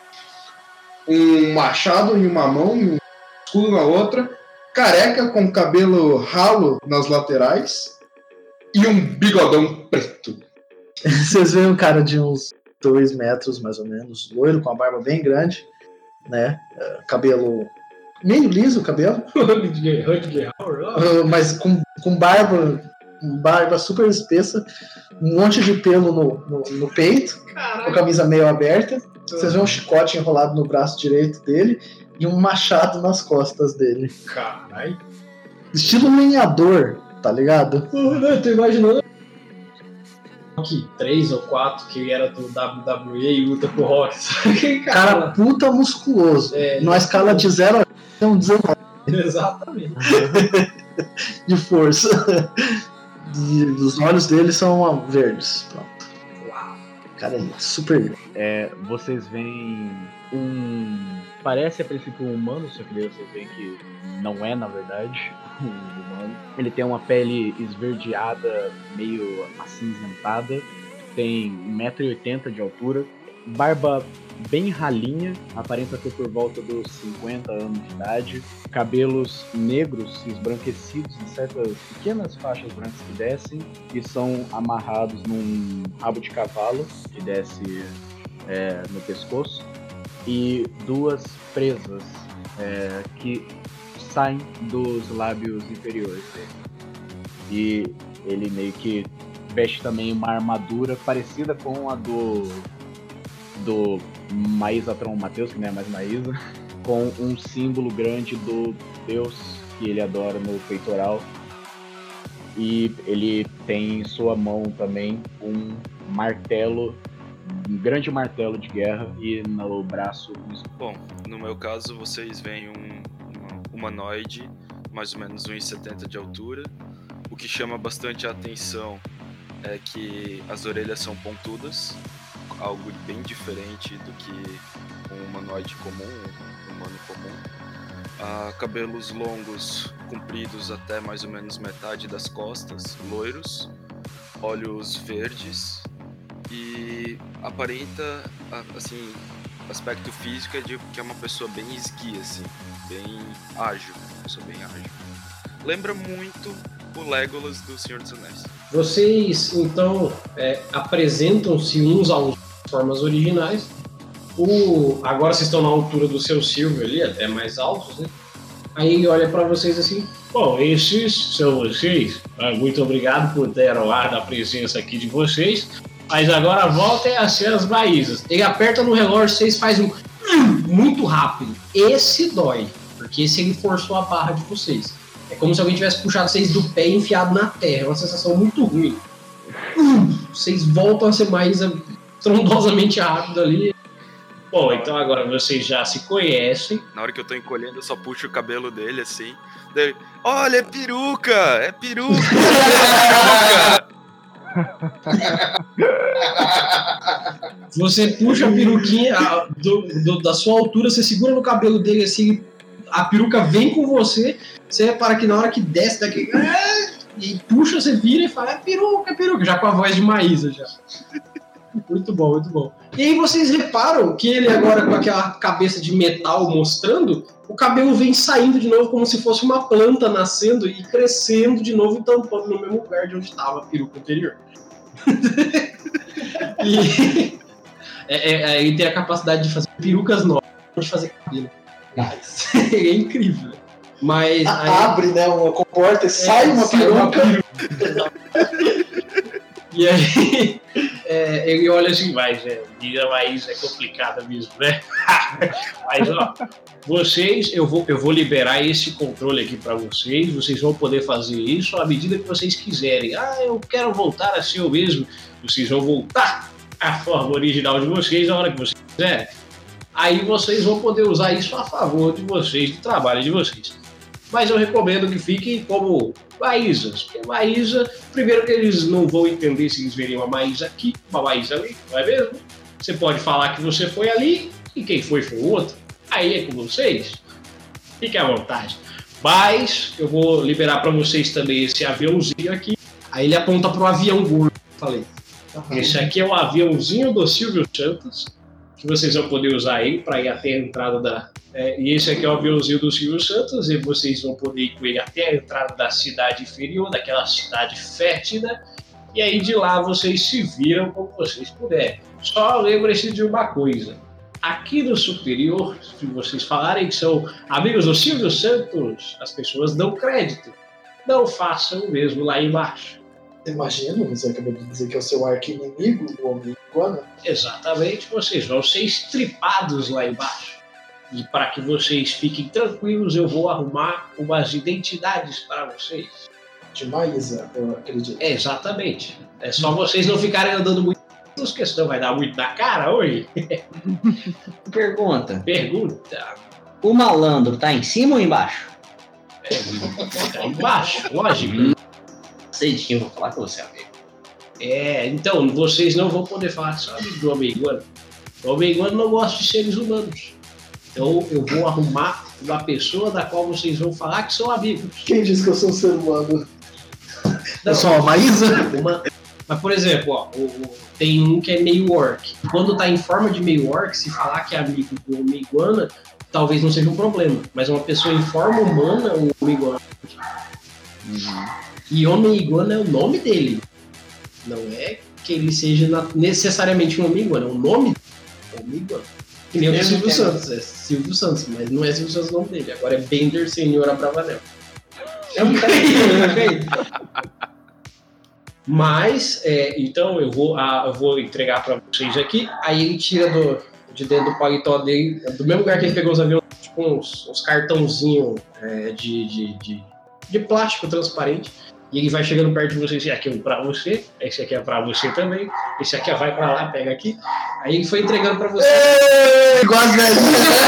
um machado em uma mão e um escudo na outra, careca com cabelo ralo nas laterais e um bigodão preto. Vocês veem um cara de uns 2 metros, mais ou menos, loiro, com a barba bem grande, né? Cabelo meio liso, o cabelo. Mas com barba super espessa, um monte de pelo no peito, com a camisa meio aberta. Vocês veem um chicote enrolado no braço direito dele e um machado nas costas dele. Caralho. Estilo lenhador, tá ligado? Eu tô imaginando Rock 3 ou 4, que era do WWE e luta pro Rock. Cara puta musculoso. Numa escala de 0 a 19. Exatamente. De força. Os olhos dele são verdes. Pronto. Uau. Cara, ele é super grande. Vocês veem parece a princípio um humano, só que daí vocês veem que não é, na verdade, um humano. Ele tem uma pele esverdeada, meio acinzentada, tem 1,80 m de altura, barba bem ralinha, aparenta ter por volta dos 50 anos de idade, cabelos negros esbranquecidos em certas pequenas faixas brancas que descem e são amarrados num rabo de cavalo que desce no pescoço, e 2 presas que saem dos lábios inferiores dele. E ele meio que veste também uma armadura parecida com a do Maísa Tron Mateus, que não é mais Maísa, com um símbolo grande do deus que ele adora no peitoral. E ele tem em sua mão também um grande martelo de guerra, e no braço... Bom, no meu caso, vocês veem um humanoide, mais ou menos 1,70 m de altura. O que chama bastante a atenção é que as orelhas são pontudas, algo bem diferente do que um humanoide comum, um humano comum. Cabelos longos, compridos até mais ou menos metade das costas, loiros, olhos verdes, e aparenta, assim, aspecto físico de que é uma pessoa bem esguia, assim, bem ágil, uma pessoa bem ágil. Lembra muito o Legolas do Senhor dos Anéis. Vocês, então, apresentam-se uns aos formas originais. Agora vocês estão na altura do seu Silvio ali, até mais altos, né? Aí ele olha pra vocês assim: bom, esses são vocês. Muito obrigado por ter o ar da presença aqui de vocês. Mas agora voltem a ser as Maísas. Ele aperta no relógio, vocês fazem muito rápido. Esse dói, porque esse ele forçou a barra de vocês. É como se alguém tivesse puxado vocês do pé e enfiado na terra. É uma sensação muito ruim. Vocês voltam a ser mais trondosamente rápido ali. Bom, então agora vocês já se conhecem. Na hora que eu tô encolhendo, eu só puxo o cabelo dele assim. Daí, olha, é peruca! É peruca! É peruca! Você puxa a peruquinha da sua altura, você segura no cabelo dele assim, a peruca vem com você, você repara que na hora que desce daqui e puxa, você vira e fala: é peruca, já com a voz de Maísa já. Muito bom, muito bom. E aí vocês reparam que ele agora com aquela cabeça de metal mostrando, o cabelo vem saindo de novo como se fosse uma planta nascendo e crescendo de novo e tampando no mesmo lugar de onde estava a peruca anterior. E ele tem a capacidade de fazer perucas novas, de fazer cabelo. É incrível. Mas abre, né, uma comporta e sai uma peruca. E aí ele olha assim: mas é complicada mesmo, né? Mas ó, vocês, eu vou liberar esse controle aqui para vocês. Vocês vão poder fazer isso à medida que vocês quiserem. Eu quero voltar a ser eu mesmo. Vocês vão voltar à forma original de vocês na hora que vocês quiserem. Aí vocês vão poder usar isso a favor de vocês, do trabalho de vocês. Mas eu recomendo que fiquem como Maísas. Porque Maísa, primeiro que eles não vão entender se eles verem uma Maísa aqui, uma Maísa ali, não é mesmo? Você pode falar que você foi ali e quem foi o outro. Aí é com vocês. Fiquem à vontade. Mas eu vou liberar para vocês também esse aviãozinho aqui. Aí ele aponta pro avião gordo, falei. Esse aqui é o aviãozinho do Silvio Santos, que vocês vão poder usar ele para ir até a entrada e esse aqui é o aviãozinho do Silvio Santos, e vocês vão poder ir com ele até a entrada da cidade inferior, daquela cidade fétida, e aí de lá vocês se viram como vocês puderem. Só lembre-se de uma coisa: aqui no superior, se vocês falarem que são amigos do Silvio Santos, as pessoas dão crédito. Não façam o mesmo lá embaixo. Imagina, você acabou de dizer que é o seu arqui-inimigo, o Homem-Iguana. Exatamente, vocês vão ser estripados lá embaixo. E para que vocês fiquem tranquilos, eu vou arrumar umas identidades para vocês. De Maísa, eu acredito. Exatamente. É só vocês não ficarem andando muito, porque senão vai dar muito na cara, oi? Pergunta. Pergunta. O malandro tá em cima ou embaixo? Tá embaixo, lógico. Sei de quem eu vou falar com você, amigo. Então, vocês não vão poder falar que são amigos do Homem-Iguana. O Homem-Iguana não gosta de seres humanos. Então, eu vou arrumar uma pessoa da qual vocês vão falar que são amigos. Quem disse que eu sou um ser humano? Não, Eu sou uma Maísa? Mas, por exemplo, ó, tem um que é meio orc. Quando tá em forma de meio orc, se falar que é amigo do Homem-Iguana, talvez não seja um problema. Mas uma pessoa em forma humana, o Homem-Iguana. E Homem-Iguana é o nome dele. Não é que ele seja necessariamente um Homem-Iguana. É o nome dele. Homem-Iguana. Que nem o do Silvio Santos. É Silvio Santos, mas não é Silvio Santos o nome dele. Agora é Bender Senhor Abravanel. É um cara Mas, então eu vou entregar pra vocês aqui. Aí ele tira de dentro do paletó dele, do mesmo lugar que ele pegou os aviões, tipo uns cartãozinhos de plástico transparente. E ele vai chegando perto de você, esse aqui é um pra você, esse aqui é pra você também, esse aqui vai pra lá, pega aqui. Aí ele foi entregando pra você. Igual as velhas.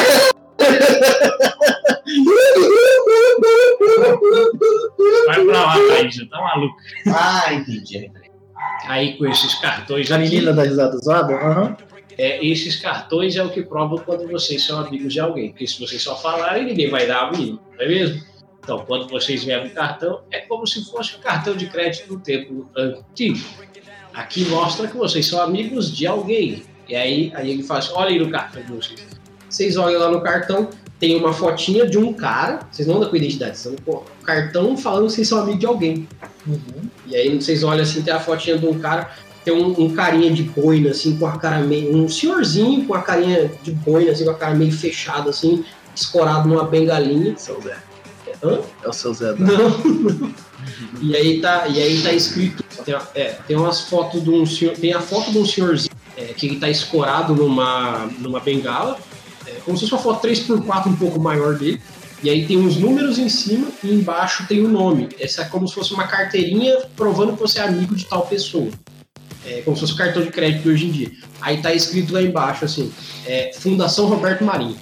Vai pra lá, Thaís, tá maluco. Ah, entendi. Aí com esses cartões A aqui, menina da risada zoada? Aham. esses cartões é o que provam quando vocês são amigos de alguém. Porque se vocês só falarem, ninguém vai dar a mínima, não é mesmo? Então, quando vocês veem um cartão, é como se fosse um cartão de crédito do tempo antigo. Aqui mostra que vocês são amigos de alguém. E aí ele fala assim, olha aí no cartão de vocês. Vocês olham lá no cartão, tem uma fotinha de um cara, vocês não andam com identidade, vocês andam com um cartão falando que vocês são amigos de alguém. E aí vocês olham assim, tem a fotinha de um cara, tem um carinha de boina, assim, com a cara meio... Um senhorzinho com a carinha de boina, assim, com a cara meio fechada, assim, escorado numa bengalinha. Seu Zé. Hã? É o seu Zé. Não. E aí tá escrito, tem umas fotos de um senhor, tem a foto de um senhorzinho que ele tá escorado numa bengala, como se fosse uma foto 3x4 um pouco maior dele, e aí tem uns números em cima e embaixo tem o nome. Essa é como se fosse uma carteirinha provando que você é amigo de tal pessoa. É como se fosse o cartão de crédito de hoje em dia. Aí tá escrito lá embaixo assim, Fundação Roberto Marinho.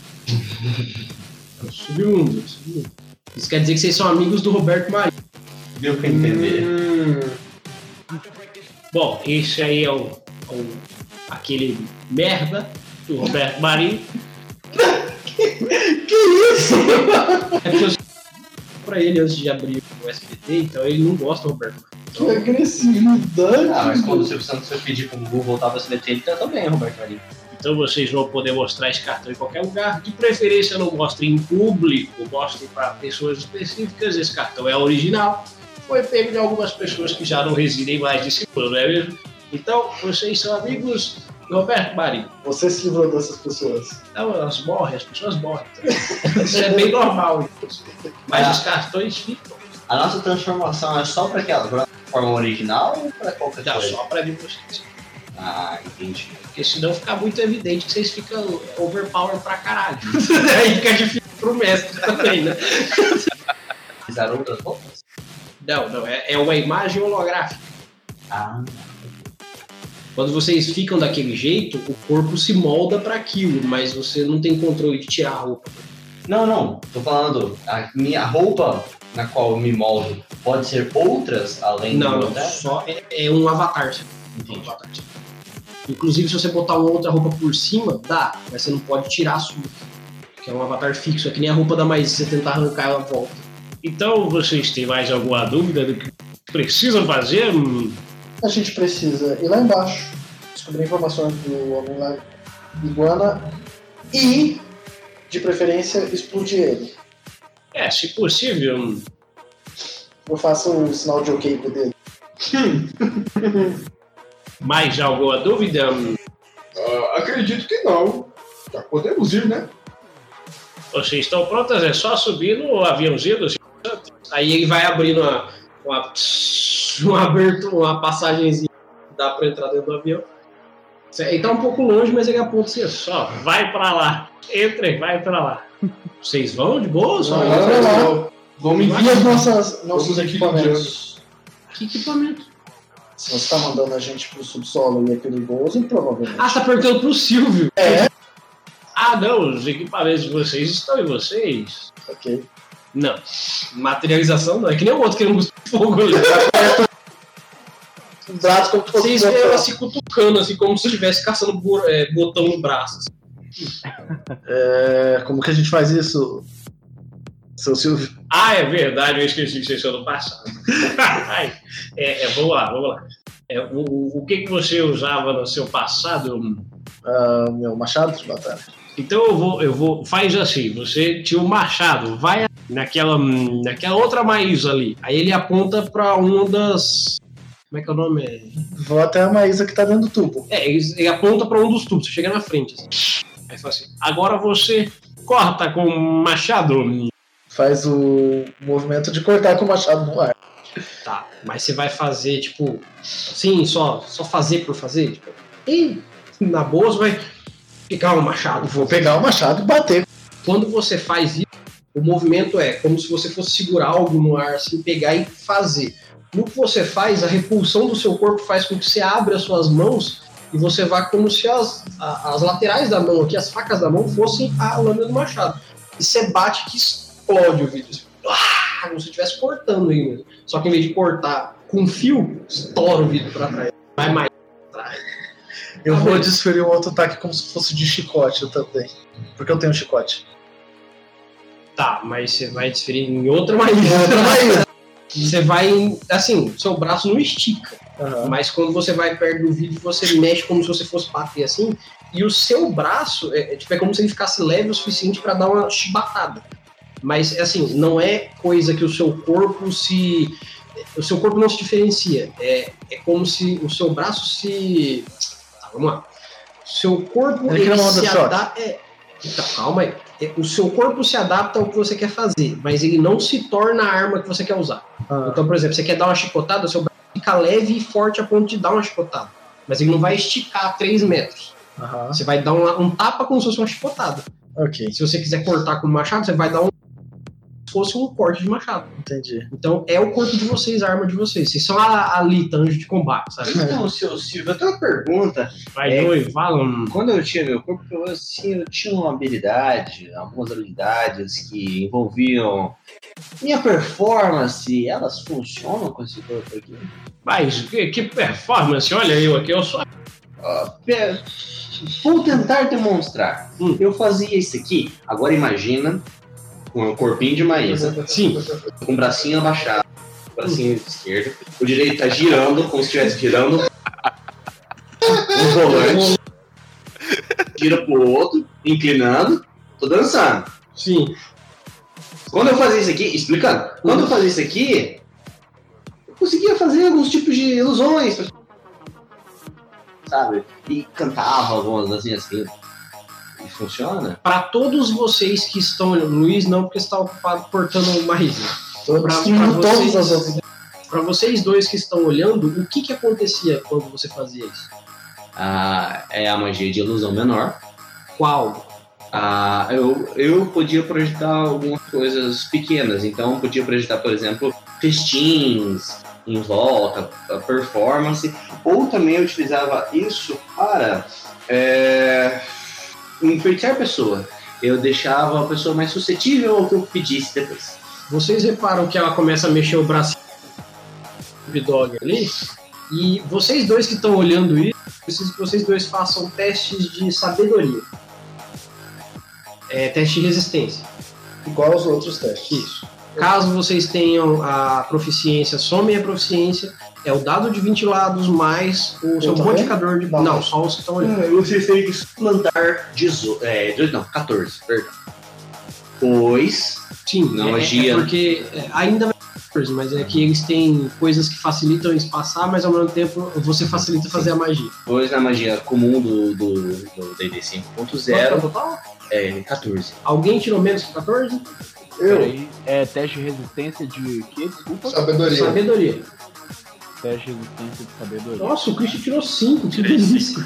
Submundo. Isso quer dizer que vocês são amigos do Roberto Marinho. Deu pra entender. Bom, esse aí é aquele merda do Roberto Marinho. Que isso? É porque eu pra ele antes de abrir o SBT, então ele não gosta do Roberto Marinho. Que agressividade. Mas quando o Silvio Santos foi pedir pro Google voltar pro SBT, ele tá também, Roberto Marinho. Então vocês vão poder mostrar esse cartão em qualquer lugar. De preferência não mostrem em público, mostrem para pessoas específicas. Esse cartão é original. Foi pego de algumas pessoas que já não residem mais de 5 anos, não é mesmo? Então, vocês são amigos do Roberto Marinho. Você se livrou dessas pessoas. Então, elas morrem, as pessoas morrem. Isso é bem normal. Mas os cartões ficam. A nossa transformação é só pra aquela, pra forma original ou pra qualquer Não, coisa? só para de vocês. Ah, entendi. Porque senão fica muito evidente que vocês ficam overpower pra caralho. Aí fica difícil pro mestre também, né? Fizeram outras roupas? Não, é uma imagem holográfica. Ah, Quando vocês ficam daquele jeito, o corpo se molda pra aquilo, mas você não tem controle de tirar a roupa. não. Tô falando, a minha roupa na qual eu me moldo pode ser outras além Não, do meu só é um avatar. Entendi. Um avatar. Inclusive, se você botar uma outra roupa por cima, dá, mas você não pode tirar a sua. Que é um avatar fixo, é que nem a roupa da Maísa, você tentar arrancar ela volta. Então, vocês têm mais alguma dúvida do que precisam fazer? A gente precisa ir lá embaixo, descobrir informações do Homem-Iguana e, de preferência, explodir ele. Se possível. Eu faço o sinal de ok pro dedo. Mais alguma dúvida? Acredito que não. Já podemos ir, né? Vocês estão prontas? É só subir no aviãozinho do Silvio Santos. Aí ele vai abrindo uma passagenzinha que dá pra entrar dentro do avião. Ele tá um pouco longe, mas ele aponta assim, só vai pra lá. Entrem, vai pra lá. Vocês vão de boa? Só Vamos Envia nossos Vamos equipamentos. Que equipamento? Se você tá mandando a gente pro subsolo e é perigoso, provavelmente. Ah, você tá perguntando pro Silvio. É. Ah, não, os equipamentos de vocês estão em vocês. Ok. Não. Materialização não. É que nem o outro que não custa fogo ali. Os braços como se fosse Vocês veem ela se cutucando, assim, como se estivesse caçando botão no braço. Assim. Como que a gente faz isso, seu Silvio? Ah, é verdade, eu esqueci que vocês são do passado. Vamos lá. O que você usava no seu passado? Meu machado de batalha. Então eu vou. Faz assim, você tinha um machado, vai naquela outra maísa ali. Aí ele aponta pra uma das. Como é que é o nome? Vou até a Maísa que tá dentro do tubo. Ele aponta pra um dos tubos, você chega na frente. Assim. Aí fala assim, agora você corta com o machado. Faz o movimento de cortar com o machado no ar. Tá, mas você vai fazer, tipo, assim, só fazer por fazer? Tipo, e na boa você vai pegar um machado. Vou pegar o machado e bater. Quando você faz isso, o movimento é como se você fosse segurar algo no ar, assim, pegar e fazer. No que você faz, a repulsão do seu corpo faz com que você abra as suas mãos e você vá como se as laterais da mão aqui, as facas da mão, fossem a lâmina do machado. E você bate que explode o vidro. Como se estivesse cortando aí mesmo. Só que em vez de cortar com fio, estoura o vidro pra trás. Vai mais pra trás. Eu vou desferir um outro ataque como se fosse de chicote também. Porque eu tenho um chicote. Tá, mas você vai desferir em outra maneira. Você vai, assim, seu braço não estica. Uhum. Mas quando você vai perto do vidro, você mexe como se você fosse bater assim. E o seu braço, é como se ele ficasse leve o suficiente pra dar uma chibatada. Mas, assim, não é coisa que o seu corpo se... O seu corpo não se diferencia. É como se o seu braço se... Tá, vamos lá. O seu corpo ele se adapta... Então, calma aí. O seu corpo se adapta ao que você quer fazer, mas ele não se torna a arma que você quer usar. Então, por exemplo, você quer dar uma chicotada, o seu braço fica leve e forte a ponto de dar uma chicotada. Mas ele não vai esticar 3 metros. Uhum. Você vai dar um tapa como se fosse uma chicotada. Ok. Se você quiser cortar com o machado, você vai dar fosse um corte de machado. Entendi. Então é o corpo de vocês, a arma de vocês. Vocês são a Alita, anjo de combate, sabe? Então, seu Silvio, eu tenho uma pergunta. Fala. Quando eu tinha meu corpo, eu tinha uma habilidade, algumas habilidades que envolviam minha performance. Elas funcionam com esse corpo aqui? Mas que performance? Olha eu aqui, eu sou... Vou tentar demonstrar. Eu fazia isso aqui. Agora imagina com um corpinho de Maísa. Sim. Com o bracinho abaixado, o bracinho esquerdo. O direito tá girando, como se estivesse girando um volante. Gira pro outro, inclinando. Tô dançando. Sim. Quando eu fazia isso aqui, explicando. Quando eu fazia isso aqui, eu conseguia fazer alguns tipos de ilusões. Sabe? E cantava algumas assim. E funciona? Para todos vocês que estão olhando, Luiz não, porque está ocupado cortando uma risada. Para vocês dois que estão olhando, o que acontecia quando você fazia isso? É a magia de ilusão menor. Qual? Eu podia projetar algumas coisas pequenas, então eu podia projetar, por exemplo, festins em volta, a performance, ou também eu utilizava isso para enfeitiçar a pessoa. Eu deixava a pessoa mais suscetível ao que eu pedisse depois. Vocês reparam que ela começa a mexer o braço do dog ali, e vocês dois que estão olhando isso, preciso que vocês dois façam testes de sabedoria. Teste de resistência. Igual aos outros testes. Isso. Caso vocês tenham a proficiência, somem a proficiência, é o dado de 20 lados mais o seu modificador de... Não, só os que estão olhando. Vocês têm que suplantar 14, perdão. Pois... Sim, na magia... porque ainda vai ter 14, mas é que eles têm coisas que facilitam eles passar, mas ao mesmo tempo você facilita fazer a magia. Pois na magia comum do D&D 5.0... total? 14. Alguém tirou menos que 14? Peraí, teste de resistência de quê? Desculpa? Sabedoria. Teste de resistência de sabedoria. Nossa, o Christian tirou 5, que delícia.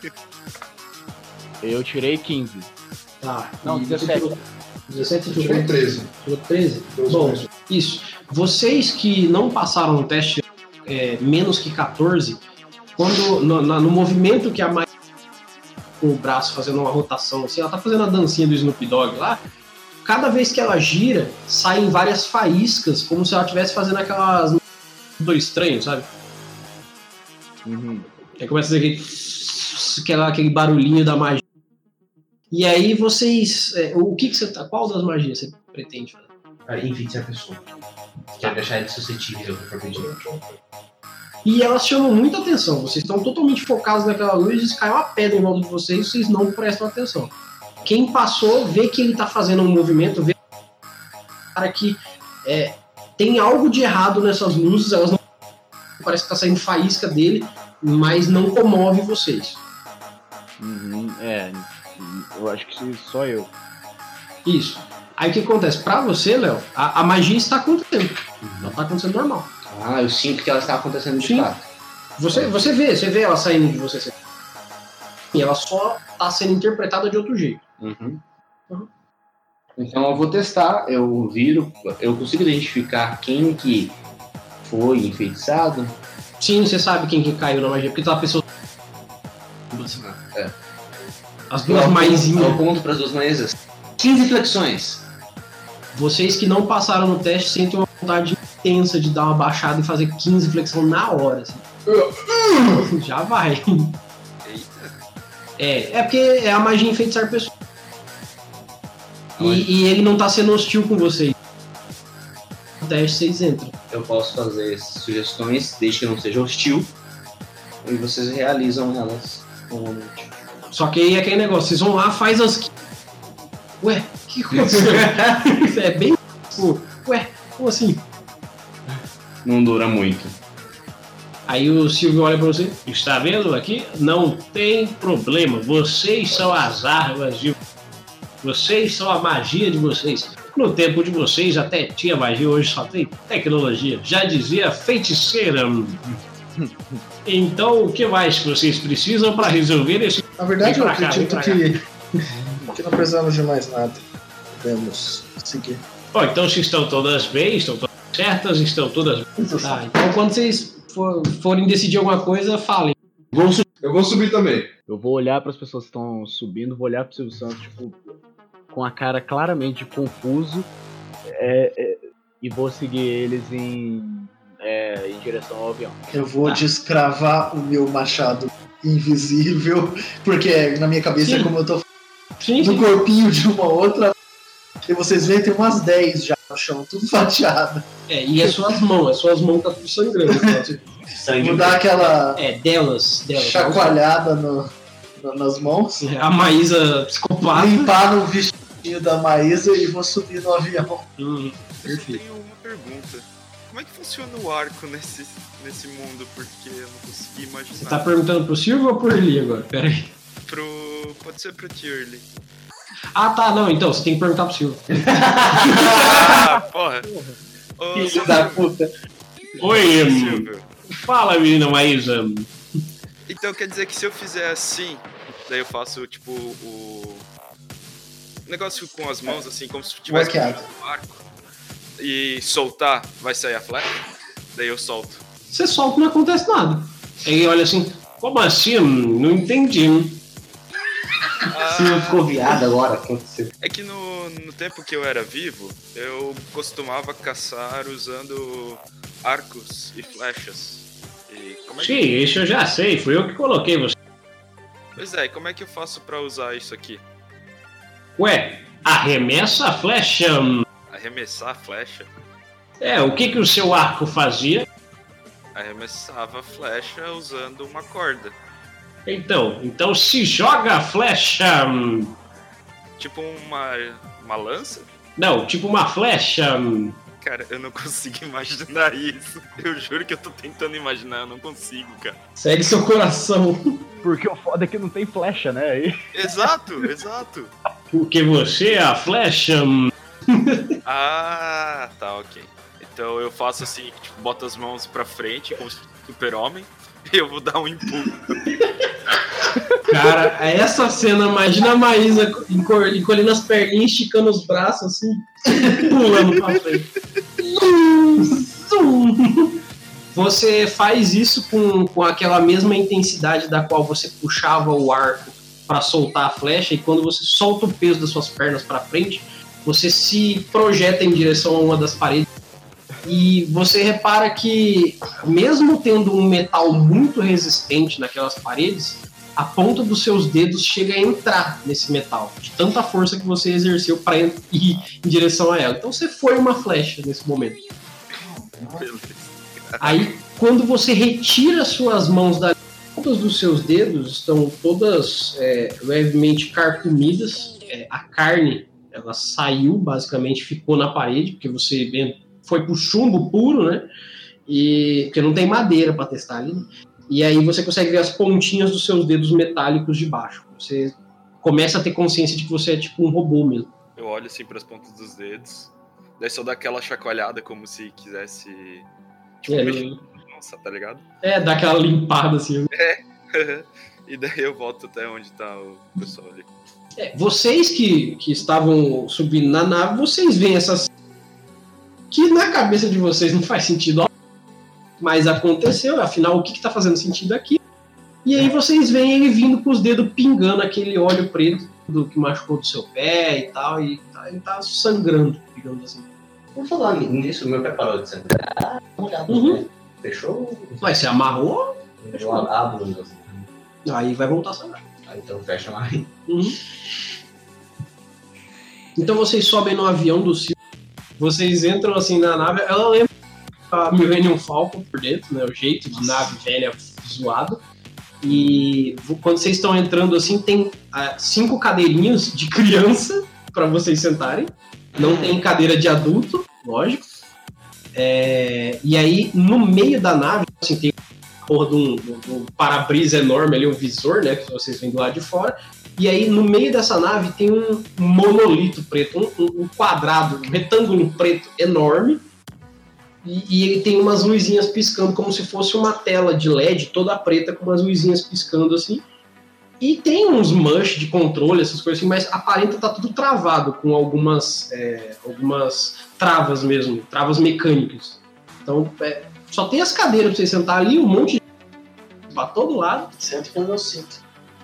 Eu tirei 15. Tá. Não, 17. 17 tirou 13. Tirou 13? Bom, isso. Vocês que não passaram no teste menos que 14, quando no movimento que a Maia com o braço fazendo uma rotação assim, ela tá fazendo a dancinha do Snoop Dogg lá, cada vez que ela gira, saem várias faíscas, como se ela estivesse fazendo aquelas... do estranho, sabe? Uhum. Aí começa a fazer aquele barulhinho da magia. E aí vocês... o que você tá... Qual das magias você pretende fazer? Enfeitiçar a pessoa. Quer deixar ele suscetível ao propedimento. E elas chamam muita atenção. Vocês estão totalmente focados naquela luz, cai uma pedra em volta de vocês não prestam atenção. Quem passou vê que ele tá fazendo um movimento, vê cara que tem algo de errado nessas luzes, elas não... Parece que tá saindo faísca dele, mas não comove vocês. Uhum. Eu acho que só eu. Isso. Aí o que acontece? Pra você, Léo, a magia está acontecendo. Ela tá acontecendo normal. Eu sinto que ela está acontecendo de Sim. fato. Você vê ela saindo de você. E ela só tá sendo interpretada de outro jeito. Uhum. Então eu vou testar, eu viro, eu consigo identificar quem que foi enfeitiçado? Sim, você sabe quem que caiu na magia, porque tá a pessoa... As duas maisinhas. Eu conto para as duas maisas. 15 flexões. Vocês que não passaram no teste sentem uma vontade intensa de dar uma baixada e fazer 15 flexão na hora. Assim. Já vai. É porque é a magia enfeitiçar pessoas. E ele não tá sendo hostil com vocês. No teste vocês entram. Eu posso fazer sugestões, desde que não seja hostil. E vocês realizam elas normalmente. Só que aí é aquele negócio, vocês vão lá, faz as... Ué, que coisa? É bem... Ué, como assim? Não dura muito. Aí o Silvio olha pra você. Está vendo aqui? Não tem problema. Vocês são as armas de... Vocês são a magia de vocês. No tempo de vocês até tinha magia, hoje só tem tecnologia. Já dizia feiticeira. Então, o que mais que vocês precisam para resolver esse... Na verdade, eu acredito que não precisamos de mais nada. Podemos seguir. Bom, então se estão todas bem, estão todas certas, estão todas... Tá, então quando vocês forem decidir alguma coisa, falem. Eu vou subir também. Eu vou olhar para as pessoas que estão subindo, vou olhar pro Silvio Santos, tipo, com a cara claramente confuso, e vou seguir eles em direção ao avião. Eu vou descravar o meu machado invisível, porque na minha cabeça é como eu tô no corpinho de uma outra, e vocês veem, tem umas 10 já no chão, tudo fatiado. E as suas mãos tá tudo sangrando. Vou dar aquela delas. chacoalhada nas mãos, A Maísa psicopata. limpar no vestidinho da Maísa e vou subir no avião. Eu Perfeito. tenho uma pergunta. Como é que funciona o arco nesse mundo? Porque eu não consegui imaginar. Você tá perguntando pro Silvio ou pro Eli agora? Pera aí. Pode ser pro Tirley. Ah, tá, não, então, você tem que perguntar pro Silvio. Porra. Ô, Filho da puta. Oi, Silvio. fala, menina Maísa. Então quer dizer que se eu fizer assim, daí eu faço tipo o negócio com as mãos, assim, como se tivesse um arco, e soltar, vai sair a flecha? Daí eu solto. Você solta e não acontece nada. Aí olha assim, como assim? Não entendi. Silvio ficou viado agora, aconteceu. É que no tempo que eu era vivo, eu costumava caçar usando arcos e flechas. E como é que... Sim, isso eu já sei, fui eu que coloquei você. Pois é, e como é que eu faço pra usar isso aqui? Ué, arremessa a flecha. Arremessar a flecha? O que o seu arco fazia? Arremessava a flecha usando uma corda. Então se joga a flecha. Tipo uma lança? Não, tipo uma flecha. Cara, eu não consigo imaginar isso. Eu juro que eu tô tentando imaginar, eu não consigo, cara. Segue seu coração. Porque o foda é que não tem flecha, né? Aí... Exato. Porque você é a flecha. Ah, tá, ok. Então eu faço assim, tipo, boto as mãos pra frente, como super-homem, e eu vou dar um empurro. Cara, essa cena, imagina a Maísa encolhendo as perninhas, esticando os braços assim, pulando pra frente. Você faz isso com aquela mesma intensidade da qual você puxava o arco para soltar a flecha, e quando você solta o peso das suas pernas para frente, você se projeta em direção a uma das paredes e você repara que, mesmo tendo um metal muito resistente naquelas paredes, a ponta dos seus dedos chega a entrar nesse metal, de tanta força que você exerceu para ir em direção a ela. Então você foi uma flecha nesse momento. Aí, quando você retira suas mãos das pontas dos seus dedos, estão todas levemente carcomidas. A carne, ela saiu, basicamente, ficou na parede, porque você foi pro chumbo puro, né? Porque não tem madeira para testar ali. E aí você consegue ver as pontinhas dos seus dedos metálicos de baixo. Você começa a ter consciência de que você é tipo um robô mesmo. Eu olho assim pras pontas dos dedos, daí só dá aquela chacoalhada como se quisesse... Tipo, nossa, tá ligado? Dá aquela limpada assim. E daí eu volto até onde tá o pessoal ali. Vocês que estavam subindo na nave, vocês veem essas... que na cabeça de vocês não faz sentido, mas aconteceu, afinal, o que tá fazendo sentido aqui? E aí vocês veem ele vindo com os dedos pingando aquele óleo preto do que machucou do seu pé e tal, e ele tá sangrando, digamos assim. Vou falar nisso, meu pé parou de sangrar. Fechou? Mas você amarrou? Eu abro. Aí vai voltar a sangrar. Então fecha mais. Então vocês sobem no avião do Silvio, vocês entram assim na nave, ela lembra a Millennium Falcon por dentro, né? O jeito de nave velha zoado. E quando vocês estão entrando assim, tem 5 cadeirinhas de criança para vocês sentarem. Não tem cadeira de adulto, lógico. E aí, no meio da nave, assim, tem a porra de um para-brisa enorme ali, um visor, né? Que vocês veem do lado de fora. E aí, no meio dessa nave, tem um monolito preto, um quadrado, um retângulo preto enorme. E ele tem umas luzinhas piscando, como se fosse uma tela de LED toda preta, com umas luzinhas piscando assim. E tem uns mush de controle, essas coisas assim, mas aparenta estar tudo travado, com algumas travas mesmo, travas mecânicas. Então, só tem as cadeiras pra você sentar ali, um monte de pra todo lado. Senta quando eu sinto.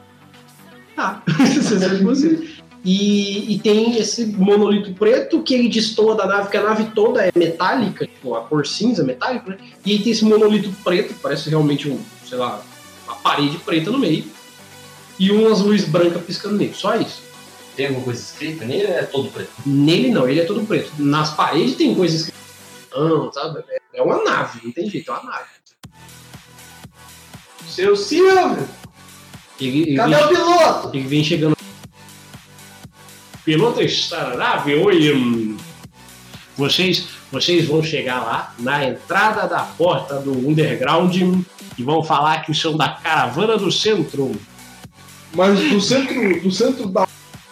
Você senta você. E tem esse monolito preto que ele destoa da nave, porque a nave toda é metálica, tipo, a cor cinza metálica, né? E aí tem esse monolito preto, que parece realmente uma parede preta no meio, e umas luzes brancas piscando nele, só isso. Tem alguma coisa escrita nele ou é todo preto? Nele não, ele é todo preto. Nas paredes tem coisa escrita. Não, sabe? É uma nave, não tem jeito, é uma nave. Seu Silvio! Cadê o piloto? Ele vem chegando. Piloto está na nave? Oi, vocês vão chegar lá na entrada da porta do underground e vão falar que são da caravana do centro. Mas do centro da...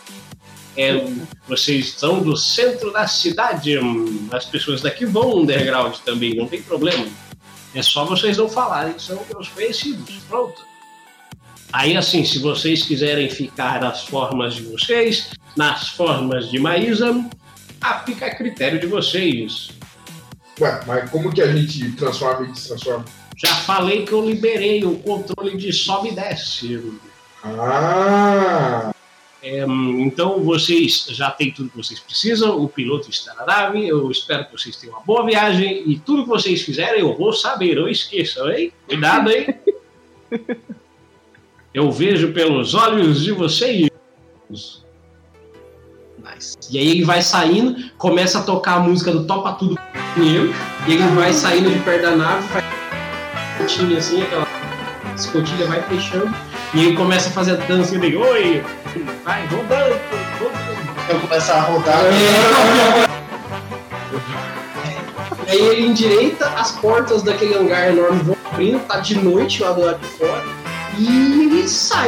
Vocês são do centro da cidade. As pessoas daqui vão ao underground também, não tem problema. É só vocês não falarem que são meus conhecidos. Pronto. Aí, assim, se vocês quiserem ficar nas formas de vocês, nas formas de Maísa, fica a critério de vocês. Ué, mas como que a gente transforma e destransforma? Já falei que eu liberei o controle de sobe e desce. Então vocês já têm tudo que vocês precisam, o piloto está na nave, eu espero que vocês tenham uma boa viagem e tudo que vocês fizerem eu vou saber, não esqueçam, hein? Cuidado, hein? Eu vejo pelos olhos de vocês. Nice. E aí ele vai saindo, começa a tocar a música do Topa Tudo nele, e ele vai saindo de perto da nave, faz uma assim, aquela escotilha vai fechando, e ele começa a fazer a dança dele, oi, vai rodando. Eu começar a rodar. E aí ele endireita, as portas daquele hangar enorme vão abrindo, tá de noite lá do lado de fora, e ele sai.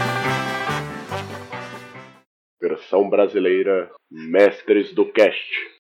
Versão brasileira, Mestres do Cast.